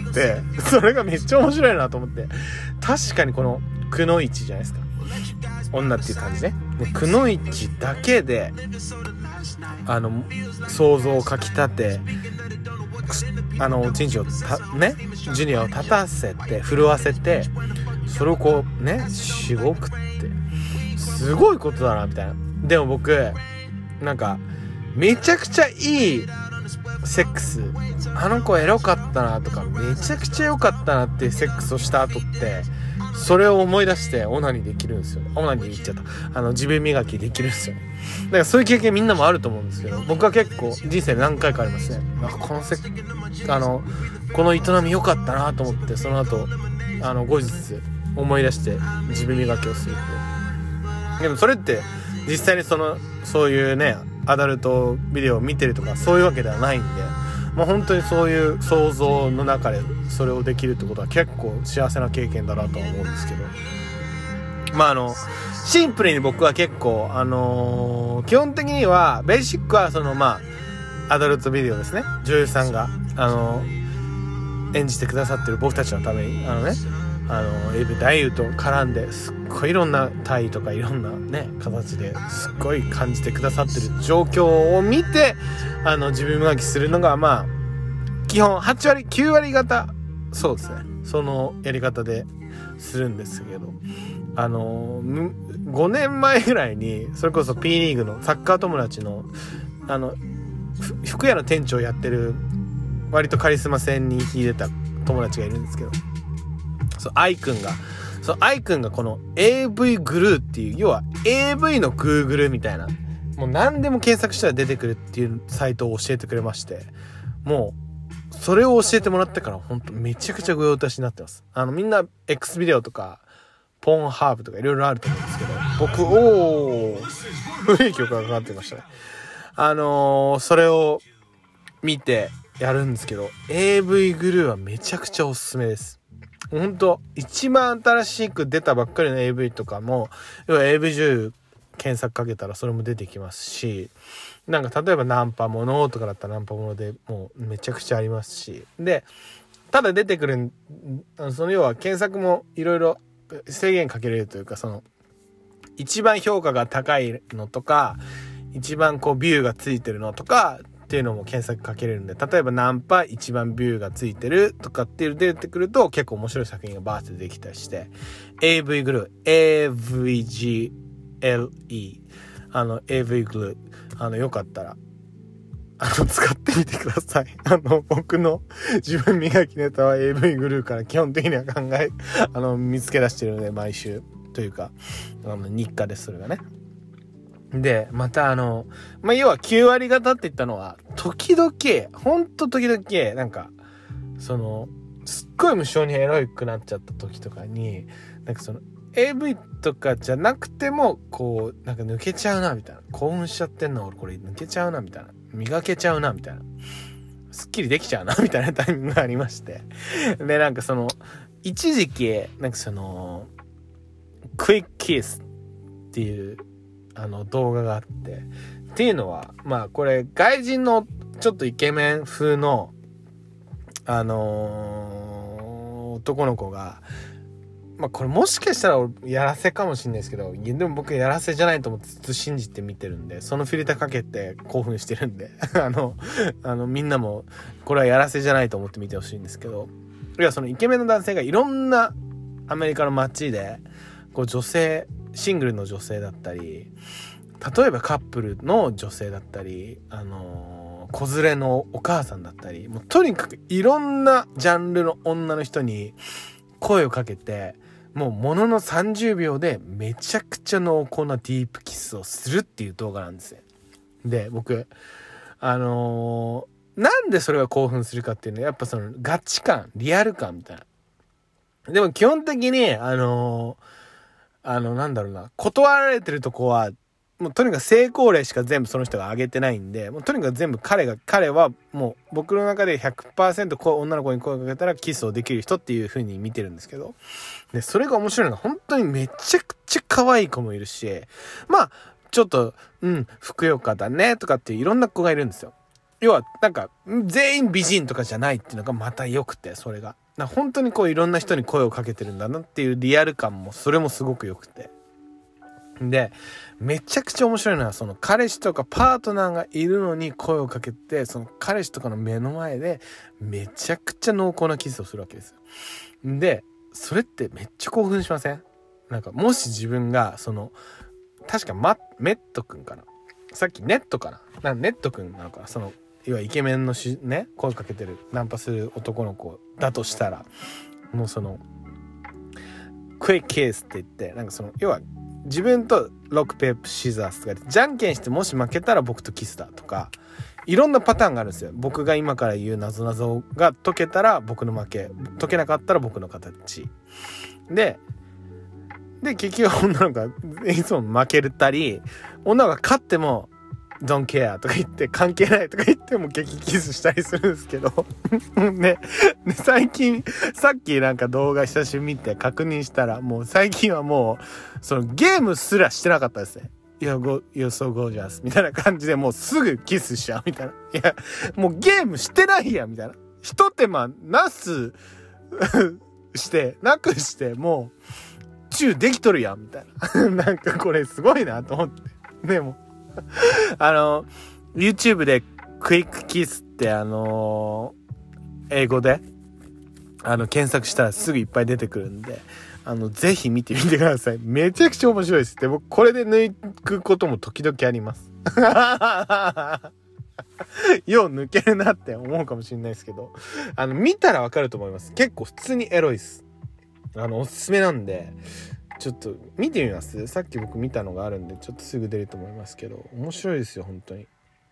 それがめっちゃ面白いなと思って、確かにこのくのいちじゃないですか、女っていう感じね。くのいちだけであの想像をかきたて、あのチンチをたねジュニアを立たせて震わせて、それをこうねしごくってすごいことだなみたいな。でも僕なんかめちゃくちゃいいセックス、あの子エロかったなとかめちゃくちゃ良かったなっていうセックスをした後ってそれを思い出してオナニーできるんですよ。オナニー言っちゃったあの自分磨きできるんですよ。だからそういう経験みんなもあると思うんですけど、僕は結構人生何回かありますね。なんかこのセあのこの営み良かったなと思って、その後あの後日思い出して自分磨きをするって。でもそれって実際にそのそういうねアダルトビデオを見てるとかそういうわけではないんで、まあ、本当にそういう想像の中でそれをできるってことは結構幸せな経験だなとは思うんですけど、 まああのシンプルに僕は結構あのー、基本的にはベーシックはそのまあアダルトビデオですね。女優さんがあのー、演じてくださってる僕たちのためにあのねあの エーブイ 男優と絡んですっごいいろんな体とかいろんなね形ですっごい感じてくださってる状況を見てあの自分磨きするのがまあ基本はちわりきゅうわり方そうですねそのやり方でするんですけどあのごねんまえぐらいにそれこそ P リーグのサッカー友達のあの服屋の店長やってる割とカリスマ性に秀でた友達がいるんですけどそうアイくんがそうアイくんがこの エーブイ グルーっていう要は エーブイ の Google みたいなもう何でも検索したら出てくるっていうサイトを教えてくれましてもうそれを教えてもらってから本当めちゃくちゃご用達になってます。あのみんな X ビデオとかポンハーブとかいろいろあると思うんですけど僕おー古い曲がかかってましたね。あのー、それを見てやるんですけど エーブイ グルーはめちゃくちゃおすすめです。ほんと一番新しく出たばっかりの エーブイ とかも要は エーブイ 女優検索かけたらそれも出てきますしなんか例えばナンパものとかだったらナンパものでもうめちゃくちゃありますしでただ出てくるその要は検索もいろいろ制限かけれるというかその一番評価が高いのとか一番こうビューがついてるのとかっていうのも検索かけれるんで例えばナンパ一番ビューがついてるとかっていう出てくると結構面白い作品がバーってできたりして エーブイ グルー エーブイ ジーエルイー あの エーブイ グルーあのよかったらあの使ってみてください。あの僕の自分磨きネタは エーブイ グルーから基本的には考えあの見つけ出してるので毎週というかあの日課ですそれがね。でまたあのまあ要はきゅうわり方って言ったのは時々ほんと時々なんかそのすっごい無性にエロいくなっちゃった時とかになんかその エーブイ とかじゃなくてもこうなんか抜けちゃうなみたいな興奮しちゃってんの俺これ抜けちゃうなみたいな磨けちゃうなみたいなすっきりできちゃうなみたいなタイミングがありましてでなんかその一時期なんかそのクイックキスっていうあの動画があってっていうのはまあこれ外人のちょっとイケメン風のあのー、男の子がまあこれもしかしたらやらせかもしれないですけどでも僕やらせじゃないと思ってずっと信じて見てるんでそのフィルターかけて興奮してるんであのあのみんなもこれはやらせじゃないと思って見てほしいんですけどいやそのイケメンの男性がいろんなアメリカの街でこう女性シングルの女性だったり例えばカップルの女性だったりあのー、子連れのお母さんだったりもうとにかくいろんなジャンルの女の人に声をかけてもうもののさんじゅうびょうでめちゃくちゃ濃厚なディープキスをするっていう動画なんですよ。で僕あのー、なんでそれが興奮するかっていうのはやっぱそのガチ感リアル感みたいな。でも基本的にあのーあのなんだろうな断られてるとこはもうとにかく成功例しか全部その人が上げてないんでもうとにかく全部彼が彼はもう僕の中で ひゃくパーセント 女の子に声をかけたらキスをできる人っていう風に見てるんですけどでそれが面白いのが本当にめちゃくちゃ可愛い子もいるしまあちょっとうんふくよかだねとかっていういろんな子がいるんですよ。要はなんか全員美人とかじゃないっていうのがまた良くてそれが本当にこういろんな人に声をかけてるんだなっていうリアル感もそれもすごく良くてでめちゃくちゃ面白いのはその彼氏とかパートナーがいるのに声をかけてその彼氏とかの目の前でめちゃくちゃ濃厚なキスをするわけですよ。でそれってめっちゃ興奮しません？なんかもし自分がその確かマメットくんかなさっきネットかななんネットくんなのかなその要はイケメンのしね声かけてるナンパする男の子だとしたらもうそのクイックキスって言ってなんかその要は自分とロックペープシザースとかでじゃんけんしてもし負けたら僕とキスだとかいろんなパターンがあるんですよ。僕が今から言うなぞなぞが解けたら僕の負け解けなかったら僕の形でで結局女の子がいつも負けたり女の子が勝っても don't care とか言って関係ないとか言っても激キスしたりするんですけどね、で最近さっきなんか動画久しぶり見て確認したらもう最近はもうそのゲームすらしてなかったですね。いや、ご、You're so gorgeous みたいな感じでもうすぐキスしちゃうみたいな。いや、もうゲームしてないやんみたいな。一手間なすして、なくしてもうチューできとるやんみたいな。なんかこれすごいなと思って。でも、あの、YouTube でクイックキスってあの、英語であの検索したらすぐいっぱい出てくるんで、あのぜひ見てみてください。めちゃくちゃ面白いです。で僕これで抜くことも時々ありますよう抜けるなって思うかもしれないですけど、あの見たらわかると思います。結構普通にエロいです。あのおすすめなんでちょっと見てみます。さっき僕見たのがあるんでちょっとすぐ出ると思いますけど、面白いですよ本当に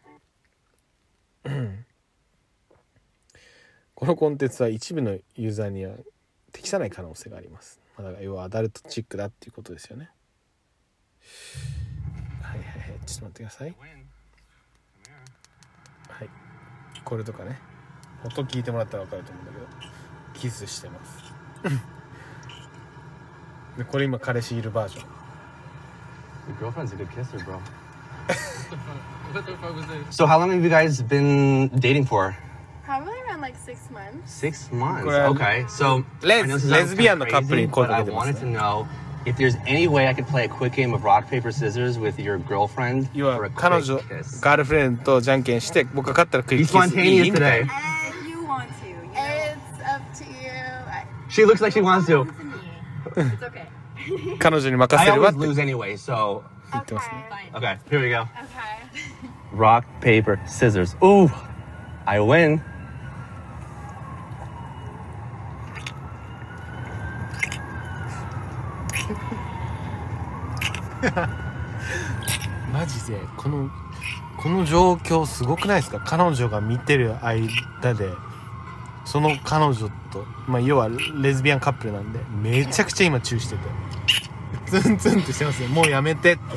このコンテンツは一部のユーザーには適さない可能性があります。だから要はアダルトチックだっていうことですよね。はいはいはい、ちょっと待ってください。はい、これとかね、音聞いてもらったら分かると思うんだけどキスしてますでこれ今彼氏いるバージョン。 Your girlfriend's a good kisser, bro. What the fuck was this? So how long have you guys been dating for? Probably around like six months. Six months. Well, Okay. So les- I know this is lesbian kind of couple crazy, in but I Korea. wanted to know if there's any way I could play a quick game of rock paper scissors with your girlfriend 要 for は a 彼 quick 女 kiss. ガールフレンドとじゃんけんして僕が勝ったらクイッ Be クキスいい spontaneous みたい today. な。 If you want to, you know. It's up to you. I, She looks like she wants to. it's okay. 彼女に任 I せるわっ always て lose anyway, so 言ってますね。 Fine. okay. Here we go. Okay. Rock paper scissors. Ooh, I win. マジでこのこの状況すごくないですか。彼女が見てる間でその彼女と、まあ、要はレズビアンカップルなんでめちゃくちゃ今チューしててツンツンってしてますね。もうやめてって。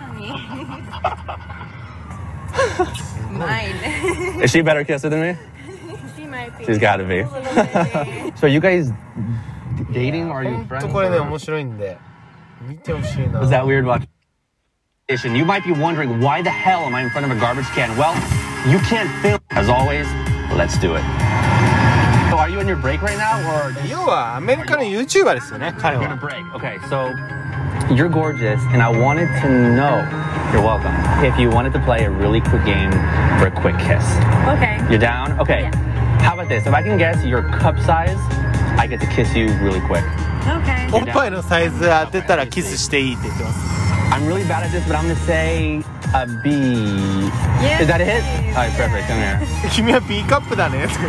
Mine. Is she a better kisser than me? She might be. She's got to be. A little bit. So are you guys d- dating or are ほ you ん friends? とこれね or- 面白いんで見てほしいな。 Was that weird watching? You might be wondering why the hell am I in front of a garbage can? Well, you can't film. As always, let's do it. So are you on your break right now or 要はアメリカの YouTuber ですよね彼 you're on a は。 break? Okay, so you're gorgeous and I wanted to know, you're welcome, if you wanted to play a really quick game for a quick kiss. Okay. You're down? Okay. Yeah. How about this? If I can guess your cup size, I get to kiss you really quick. Okay. おっぱいのサイズ当てたらキスしていいって言ってます。 I'm really bad at this, but I'm gonna say a B. Yeah. Is that a hit? All right, perfect. Come here. 君は B カップだねとか言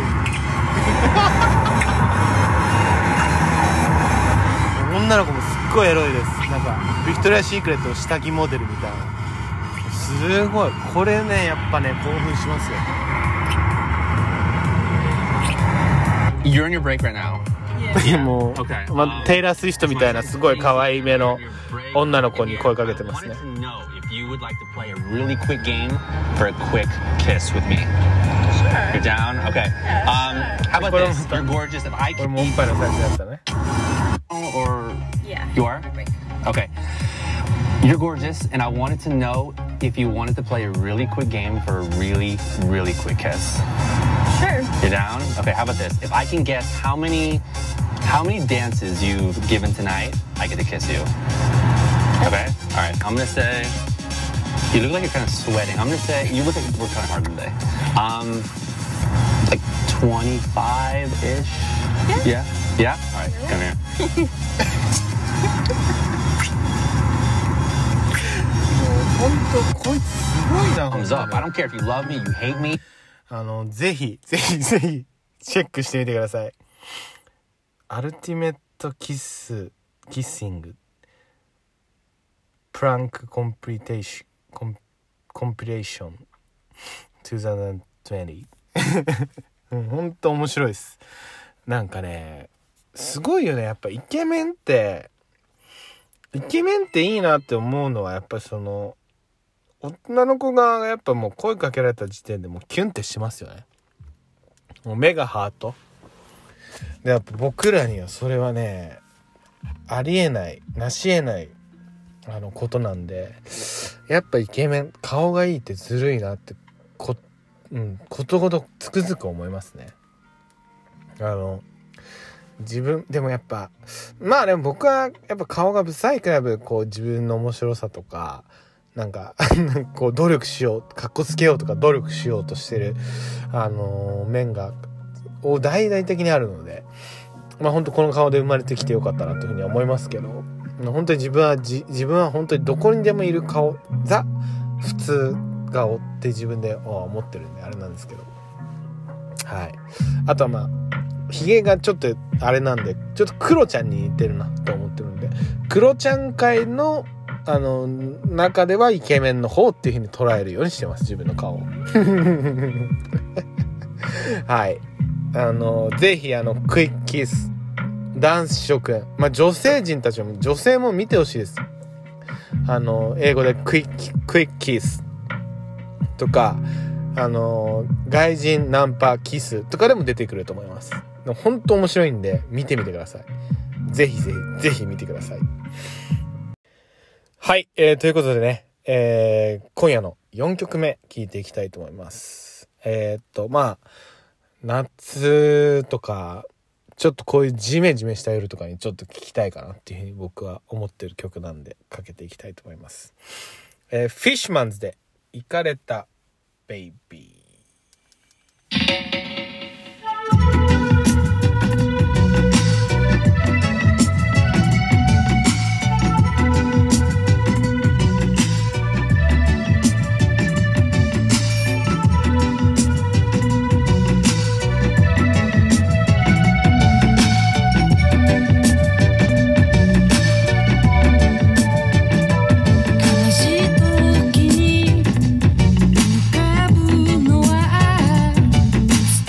って女の子もすっごいエロいです。なんかビクトリア・シークレットの下着モデルみたいな。すごいこれねやっぱね興奮しますよ。 You're on your break right now. もう、 Okay. ま、テイラー・スウィフトみたいなすごい可愛い目の女の子に声かけてますね。 I wanted to know if you would like to play a really quick game for a quick kiss with me. You're down? Okay. Um, how about this? You're gorgeous. If I これ can もおっぱいのサイズだったね。 or Yeah. you are? Okay. You're gorgeous, and I wanted to know if you wanted to play a really quick game for a really, really quick kiss. Sure. You're down? Okay, how about this? If I can guess how many how many dances you've given tonight, I get to kiss you. Okay? Alright, I'm gonna say you look like you're kind of sweating. I'm gonna say you look like you worked kind of hard today. Um like twenty-five-ish? Yeah. Yeah? Yeah? Alright, come here. 本当こいつすごいな。 Thumbs up. I don't care if you love me, you hate me. あのぜひぜひぜひチェックしてみてください。アルティメットキスキッシングプランクコンプリテーションコンピレーションにせんにじゅうほんと面白いです。なんかねすごいよね。やっぱイケメンってイケメンっていいなって思うのはやっぱりその女の子がやっぱもう声かけられた時点でもうキュンってしますよね。もう目がハートで、やっぱ僕らにはそれはねありえないなし得ないあのことなんで、やっぱイケメン顔がいいってずるいなってこ、うん、ことごとくつくづく思いますね。あの自分でもやっぱまあでも僕はやっぱ顔がブサイクな分こう自分の面白さとかなんかこう努力しようかっこつけようとか努力しようとしてるあのー、面が大々的にあるので、まあ本当この顔で生まれてきてよかったなというふうに思いますけど、本当に自分はじ自分は本当にどこにでもいる顔ザ普通顔って自分で思ってるんであれなんですけど、はい。あとはまあひげがちょっとあれなんでちょっとクロちゃんに似てるなと思ってるんで、クロちゃん界のあの中ではイケメンの方っていう風に捉えるようにしてます、自分の顔をはい。あのぜひあのクイックキス男子諸君、まあ女性陣たちも女性も見てほしいです。あの英語でクイッククイックキスとかあの外人ナンパキスとかでも出てくると思います。本当面白いんで見てみてください。ぜひぜひぜひ見てください。はい、えー、ということでね、えー、今夜のよんきょくめ聴いていきたいと思います。えー、っとまあ夏とかちょっとこういうジメジメした夜とかにちょっと聴きたいかなっていうふうに僕は思ってる曲なんでかけていきたいと思います。えー、フィッシュマンズでイカれたベイビー。 時に浮かぶのは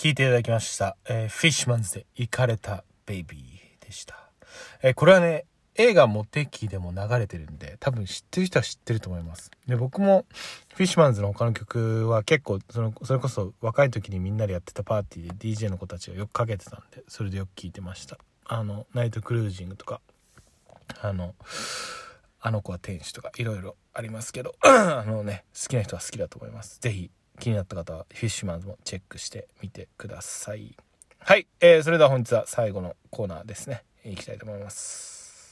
聴いていただきました、えー、フィッシュマンズでイカれたベイビーでした。えー、これはね映画モテキでも流れてるんで多分知ってる人は知ってると思います。で僕もフィッシュマンズの他の曲は結構そのそれこそ若い時にみんなでやってたパーティーで ディージェー の子たちがよくかけてたんでそれでよく聴いてました。あのナイトクルージングとかあのあの子は天使とかいろいろありますけどあのね好きな人は好きだと思います。ぜひ気になった方はフィッシュマンズもチェックしてみてください。はい、えー、それでは本日は最後のコーナーですねいきたいと思います。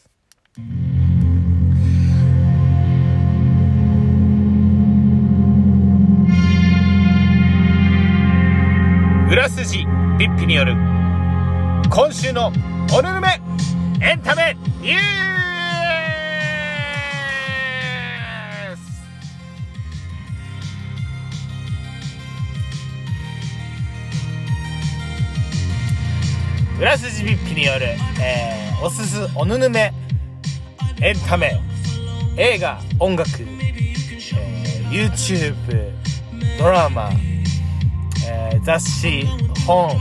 裏筋ピッピによる今週のおぬるめエンタメニュース。裏筋ピッピによる、えー、おすすおぬぬめエンタメ映画音楽、えー、YouTube ドラマ、えー、雑誌本、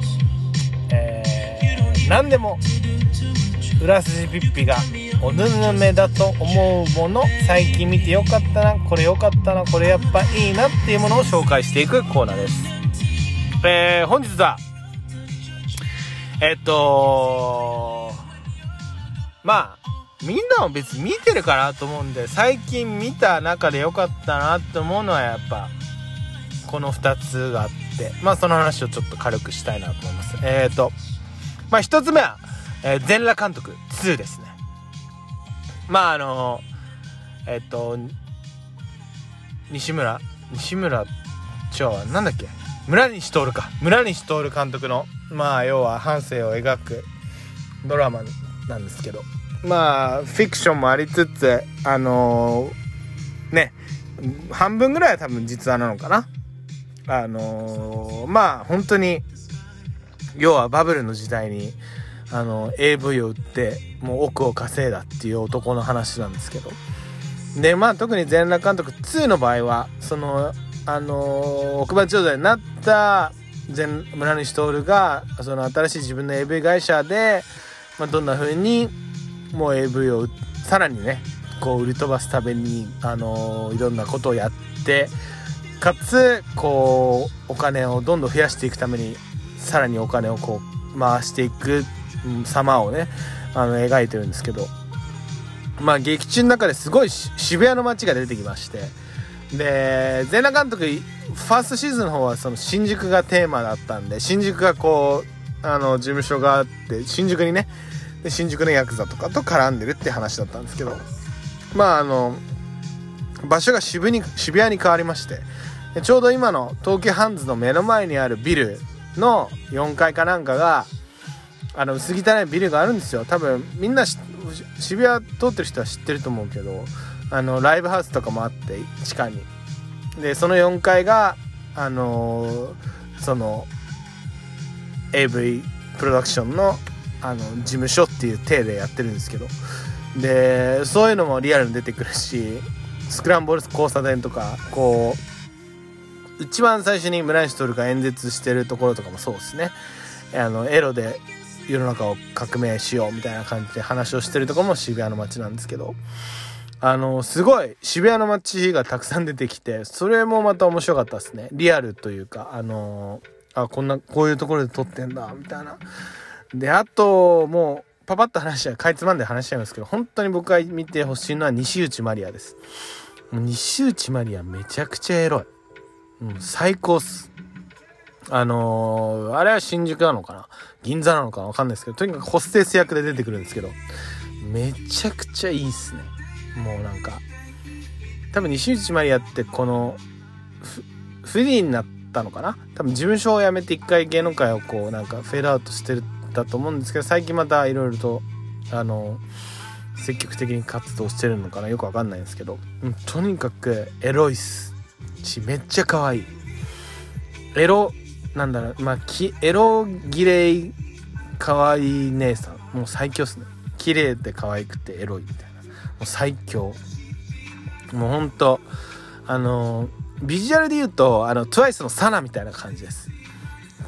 えー、何でも裏筋ピッピがおぬぬめだと思うもの最近見てよかったなこれよかったなこれやっぱいいなっていうものを紹介していくコーナーです。えー、本日はえっとまあみんなも別に見てるかなと思うんで最近見た中で良かったなって思うのはやっぱこのふたつがあってまあその話をちょっと軽くしたいなと思います。えっとまあひとつめは、えー、全裸監督ツーですね。まああのえっと西村西村違うわなんだっけ村西徹か村西徹監督のまあ要は半生を描くドラマなんですけどまあフィクションもありつつあのー、ね半分ぐらいは多分実話なのかな。あのー、まあ本当に要はバブルの時代にあの エーブイ を売ってもう億を稼いだっていう男の話なんですけどでまあ特に全裸監督ツーの場合はそのあのー、億万長者になった全村西徹がその新しい自分の エーブイ 会社で、まあ、どんな風にもう エーブイ をさらにねこう売り飛ばすために、あのー、いろんなことをやってかつこうお金をどんどん増やしていくためにさらにお金をこう回していく様をねあの描いてるんですけどまあ劇中の中ですごい渋谷の街が出てきましてで全裸監督ファーストシーズンの方はその新宿がテーマだったんで新宿がこうあの事務所があって新宿にねで新宿のヤクザとかと絡んでるって話だったんですけどまああの場所が渋に渋谷に変わりましてちょうど今の東急ハンズの目の前にあるビルのよんかいかなんかがあの薄汚いビルがあるんですよ。多分みんな渋谷通ってる人は知ってると思うけどあのライブハウスとかもあって地下にでそのよんかいがあのー、その エーブイ プロダクションのあの事務所っていう体でやってるんですけどでそういうのもリアルに出てくるしスクランブル交差点とかこう一番最初に村西徹が演説してるところとかもそうですねあのエロで世の中を革命しようみたいな感じで話をしてるところも渋谷の街なんですけどあのすごい渋谷の街がたくさん出てきてそれもまた面白かったですね。リアルというかあのあこんなこういうところで撮ってんだみたいなであともうパパッと話しちゃうかいつまんで話しちゃいますけど本当に僕が見てほしいのは西内まりやです。もう西内まりやめちゃくちゃエロい、うん、最高っす。あのー、あれは新宿なのかな銀座なのかわかんないですけどとにかくホステス役で出てくるんですけどめちゃくちゃいいっすね。もうなんか多分西内まりやってこのフリーになったのかな多分事務所を辞めて一回芸能界をこうなんかフェードアウトしてるだと思うんですけど最近またいろいろとあの積極的に活動してるのかなよくわかんないんですけど、うん、とにかくエロいっすしめっちゃ可愛いエロなんだろうまあきエロギレイ可愛い姉さんもう最強っすね。綺麗で可愛くてエロいみたいなもう最強もうほんとあのビジュアルで言うとあの トゥワイス のサナみたいな感じです。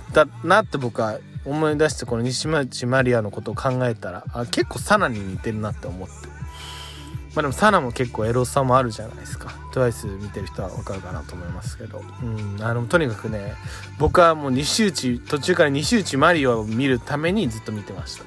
だなって僕は思い出して、この西町マリアのことを考えたら、あ結構サナに似てるなって思って、まあでもサナも結構エロさもあるじゃないですか。トゥワイス見てる人は分かるかなと思いますけど、うん、あのとにかくね、僕はもう西内途中から西内マリアを見るためにずっと見てました。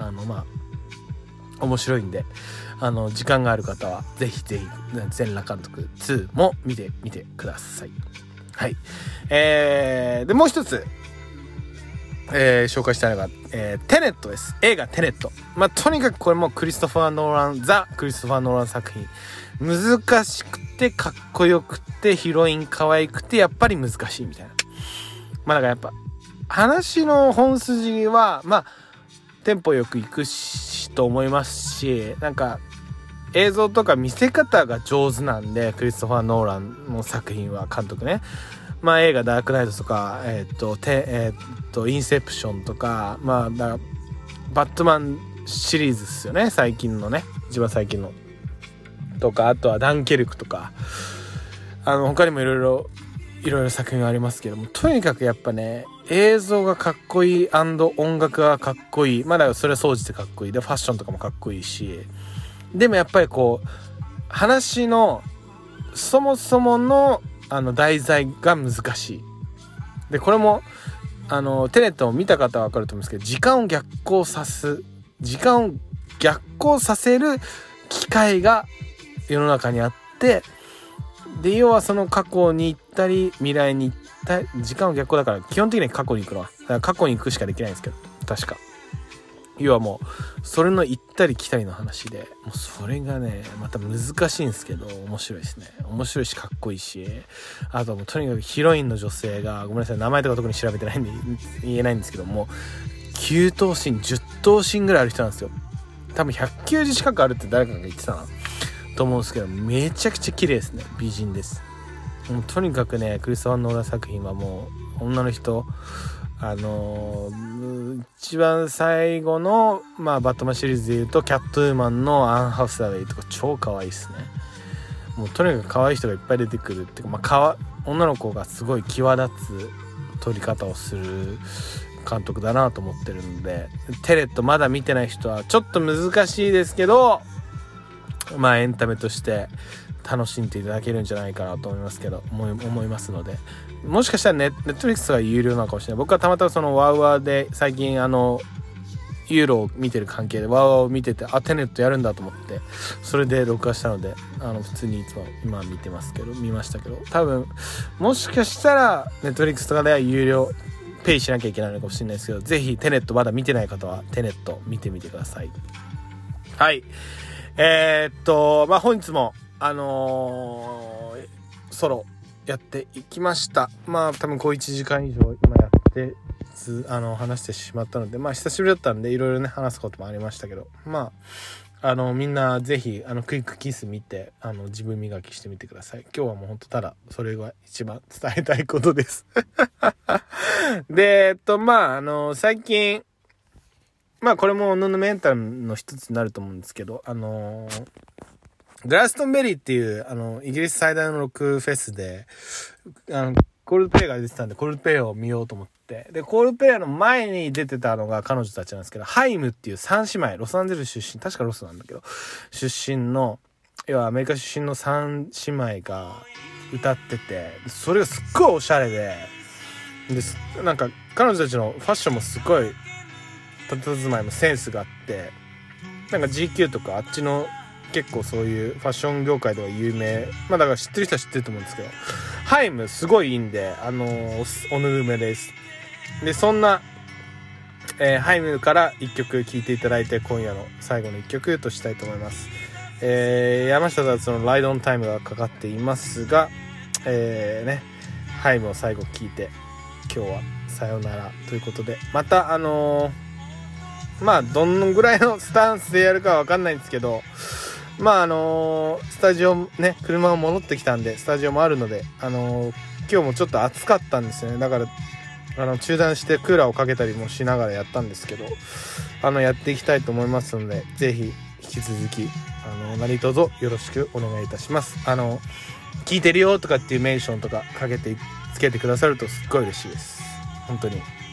あのまあ面白いんで、あの時間がある方はぜひぜひ全裸監督ツーも見てみてください。はい。えー、でもう一つ、えー、紹介したいのが、えー、テネットです。映画テネット。まあとにかくこれもクリストファー・ノーランザ・クリストファー・ノーラン作品。難しくてかっこよくてヒロイン可愛くてやっぱり難しいみたいな。まあだからやっぱ話の本筋はまあテンポよくいくしと思いますし、なんか映像とか見せ方が上手なんで、クリストファー・ノーランの作品は監督ね。まあ映画ダークナイトとか、えっと、てえっと、インセプションとか、まあだバットマンシリーズですよね。最近のね。一番最近の。とか、あとはダンケルクとか、あの、他にもいろいろ、いろいろ作品がありますけども、とにかくやっぱね、映像がかっこいい&音楽がかっこいい。まあだからそれは総じてかっこいい。で、ファッションとかもかっこいいし、でもやっぱりこう、話の、そもそもの、あの、題材が難しい。で、これも、あの、テネットを見た方はわかると思うんですけど、時間を逆行さす、時間を逆行させる機会が世の中にあって、で、要はその過去に行ったり、未来に行ったり、時間を逆行だから、基本的には過去に行くのは、だから過去に行くしかできないんですけど、確か。要はもうそれの行ったり来たりの話で、もうそれがねまた難しいんですけど面白いですね。面白いしかっこいいし、あともうとにかくヒロインの女性が、ごめんなさい名前とか特に調べてないんで言えないんですけども、きゅう頭身じゅう頭身ぐらいある人なんですよ。多分ひゃくきゅうじ近くあるって誰かが言ってたなと思うんですけど、めちゃくちゃ綺麗ですね。美人です。もうとにかくねクリストファー・ノーラン作品はもう女の人、あのー、一番最後の、まあ、バットマンシリーズでいうとキャットウーマンのアン・ハウスウェイとか超可愛いですね。もうとにかく可愛い人がいっぱい出てくるっていうか、まあ、かわ女の子がすごい際立つ撮り方をする監督だなと思ってるんで、テレットまだ見てない人はちょっと難しいですけど、まあエンタメとして楽しんでいただけるんじゃないかなと思いますけど思い、思いますので、もしかしたらネットフリックスが有料なのかもしれない。僕はたまたまそのワウワウで最近あのユーロを見てる関係でワウワウを見てて、あテネットやるんだと思ってそれで録画したので、あの普通にいつも今見てますけど見ましたけど、多分もしかしたらネットフリックスとかでは有料ペイしなきゃいけないのかもしれないですけど、ぜひテネットまだ見てない方はテネット見てみてください。はい、えー、っとまあ本日もあのー、ソロやっていきました。まあ多分こういちじかん以上今やってあの話してしまったので、まあ久しぶりだったんでいろいろね話すこともありましたけど、まああのみんなぜひあのクイックキス見てあの自分磨きしてみてください。今日はもうほんとただそれが一番伝えたいことですでえっとまああの最近まあこれも女のメンタルの一つになると思うんですけど、あのーグラストンベリーっていうあのイギリス最大のロックフェスであのコールドプレイが出てたんでコールドプレイを見ようと思って、でコールドプレイの前に出てたのが彼女たちなんですけど、ハイムっていう三姉妹、ロサンゼルス出身、確かロスなんだけど出身の、要はアメリカ出身の三姉妹が歌ってて、それがすっごいおしゃれで、でなんか彼女たちのファッションもすごい佇まいもセンスがあって、なんか ジーキュー とかあっちの結構そういうファッション業界では有名、まあだから知ってる人は知ってると思うんですけど、ハイムすごいいいんで、あのー、おぬるめです。でそんな、えー、ハイムから一曲聴いていただいて、今夜の最後の一曲としたいと思います。えー、山下達郎のライドオンタイムがかかっていますが、えー、ねハイムを最後聴いて今日はさよならということで、またあのー、まあどのぐらいのスタンスでやるかは分かんないんですけど、まああのー、スタジオね車も戻ってきたんでスタジオもあるので、あのー、今日もちょっと暑かったんですよね。だからあの中断してクーラーをかけたりもしながらやったんですけど、あのやっていきたいと思いますので、ぜひ引き続きあの何卒よろしくお願いいたします。あの聞いてるよとかっていうメンションとかかけてつけてくださるとすっごい嬉しいです。本当に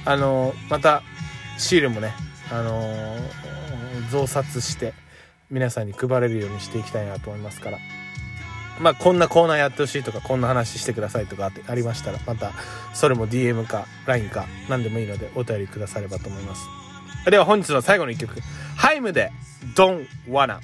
あのまたシールもね、あの増刷して皆さんに配れるようにしていきたいなと思いますから、まあこんなコーナーやってほしいとか、こんな話してくださいとかありましたら、またそれも ディーエム か ライン か何でもいいのでお便りくださればと思います。では本日の最後の一曲、ハイムで Don't Wanna。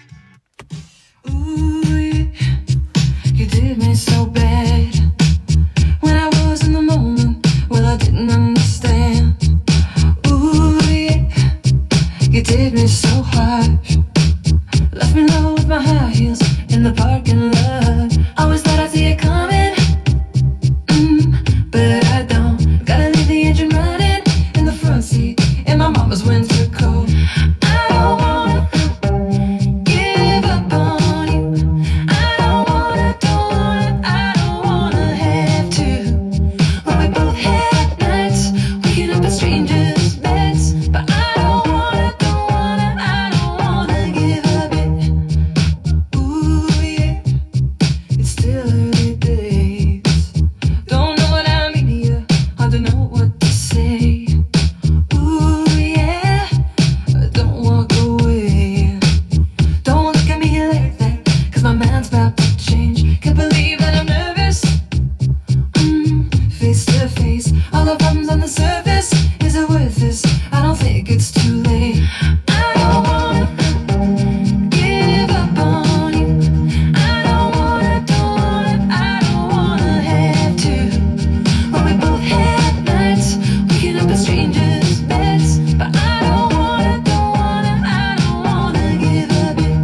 You did me so bad when I was in the moment. Well, I didn't understand. Ooh, yeah, you did me so harsh. Left me low with my high heels in the parking lot. Always thought I'd see it coming, mm, but I don't. Gotta leave the engine running in the front seat in my mama's winter coat. I don't wanna give up on you. I don't wanna, don't wanna, I don't wanna have to. When we both had nights waking up in strangers' beds, but I don't wanna, don't wanna, I don't wanna give up it. Ooh yeah, it's still early days. Don't know what I mean here, hard to know what to say. Ooh yeah, don't walk away. Don't look at me like that, cause my mind's about to change. Can't believe that I'm nervous, mm, face to face. All the problems on the surface, is it worth this? I don't think it's too late. I don't wanna give up on you. I don't wanna, don't wanna, I don't wanna have to. When we both had nights waking up in strangers' beds, but I don't wanna, don't wanna, I don't wanna give up it.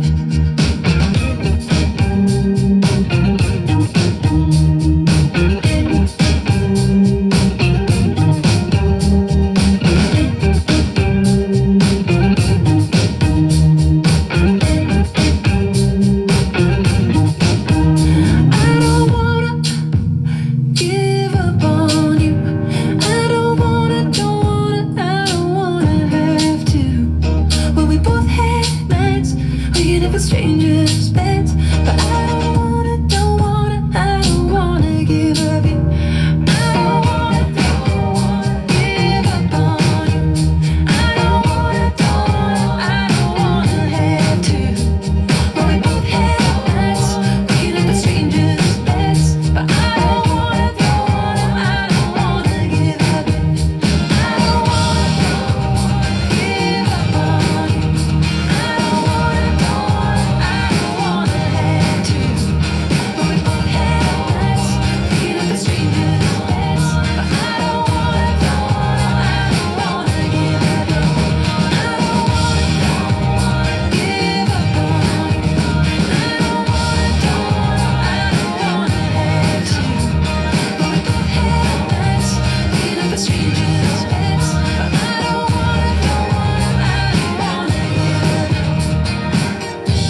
I don't wanna give up on you. I don't wanna, don't wanna, I don't wanna have to. Well, we both had nights waking up in strangers' beds, but I don't wanna, don't wanna, I don't wanna give up you. I don't wanna, don't wanna give up on you. I don't wanna, don't wanna, I don't wanna have to. Well, we both had nights waking up in strangers' beds, but I don't wanna, don't wanna, I don't wanna give up it. I don't wanna, don't wanna give up on you. I don't wanna, don't wanna, I don't wanna have to. But we both had nights waking up in strangers' beds, but I don't wanna, don't wanna, I don't wanna give up. I don't wanna, don't wanna give up on you. I don't wanna, don't wanna, I don't wanna have to. But we both had nights waking up in strangers' beds, but I don't wanna, don't wanna, I don't wanna give up.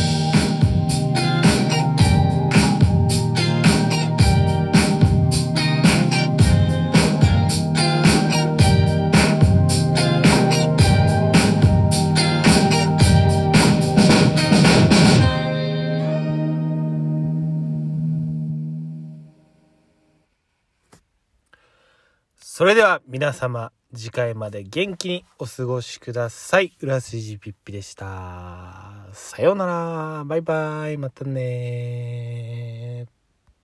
それでは皆様、次回まで元気にお過ごしください。浦筋ピッピでした。さようなら、バイバイ、またね。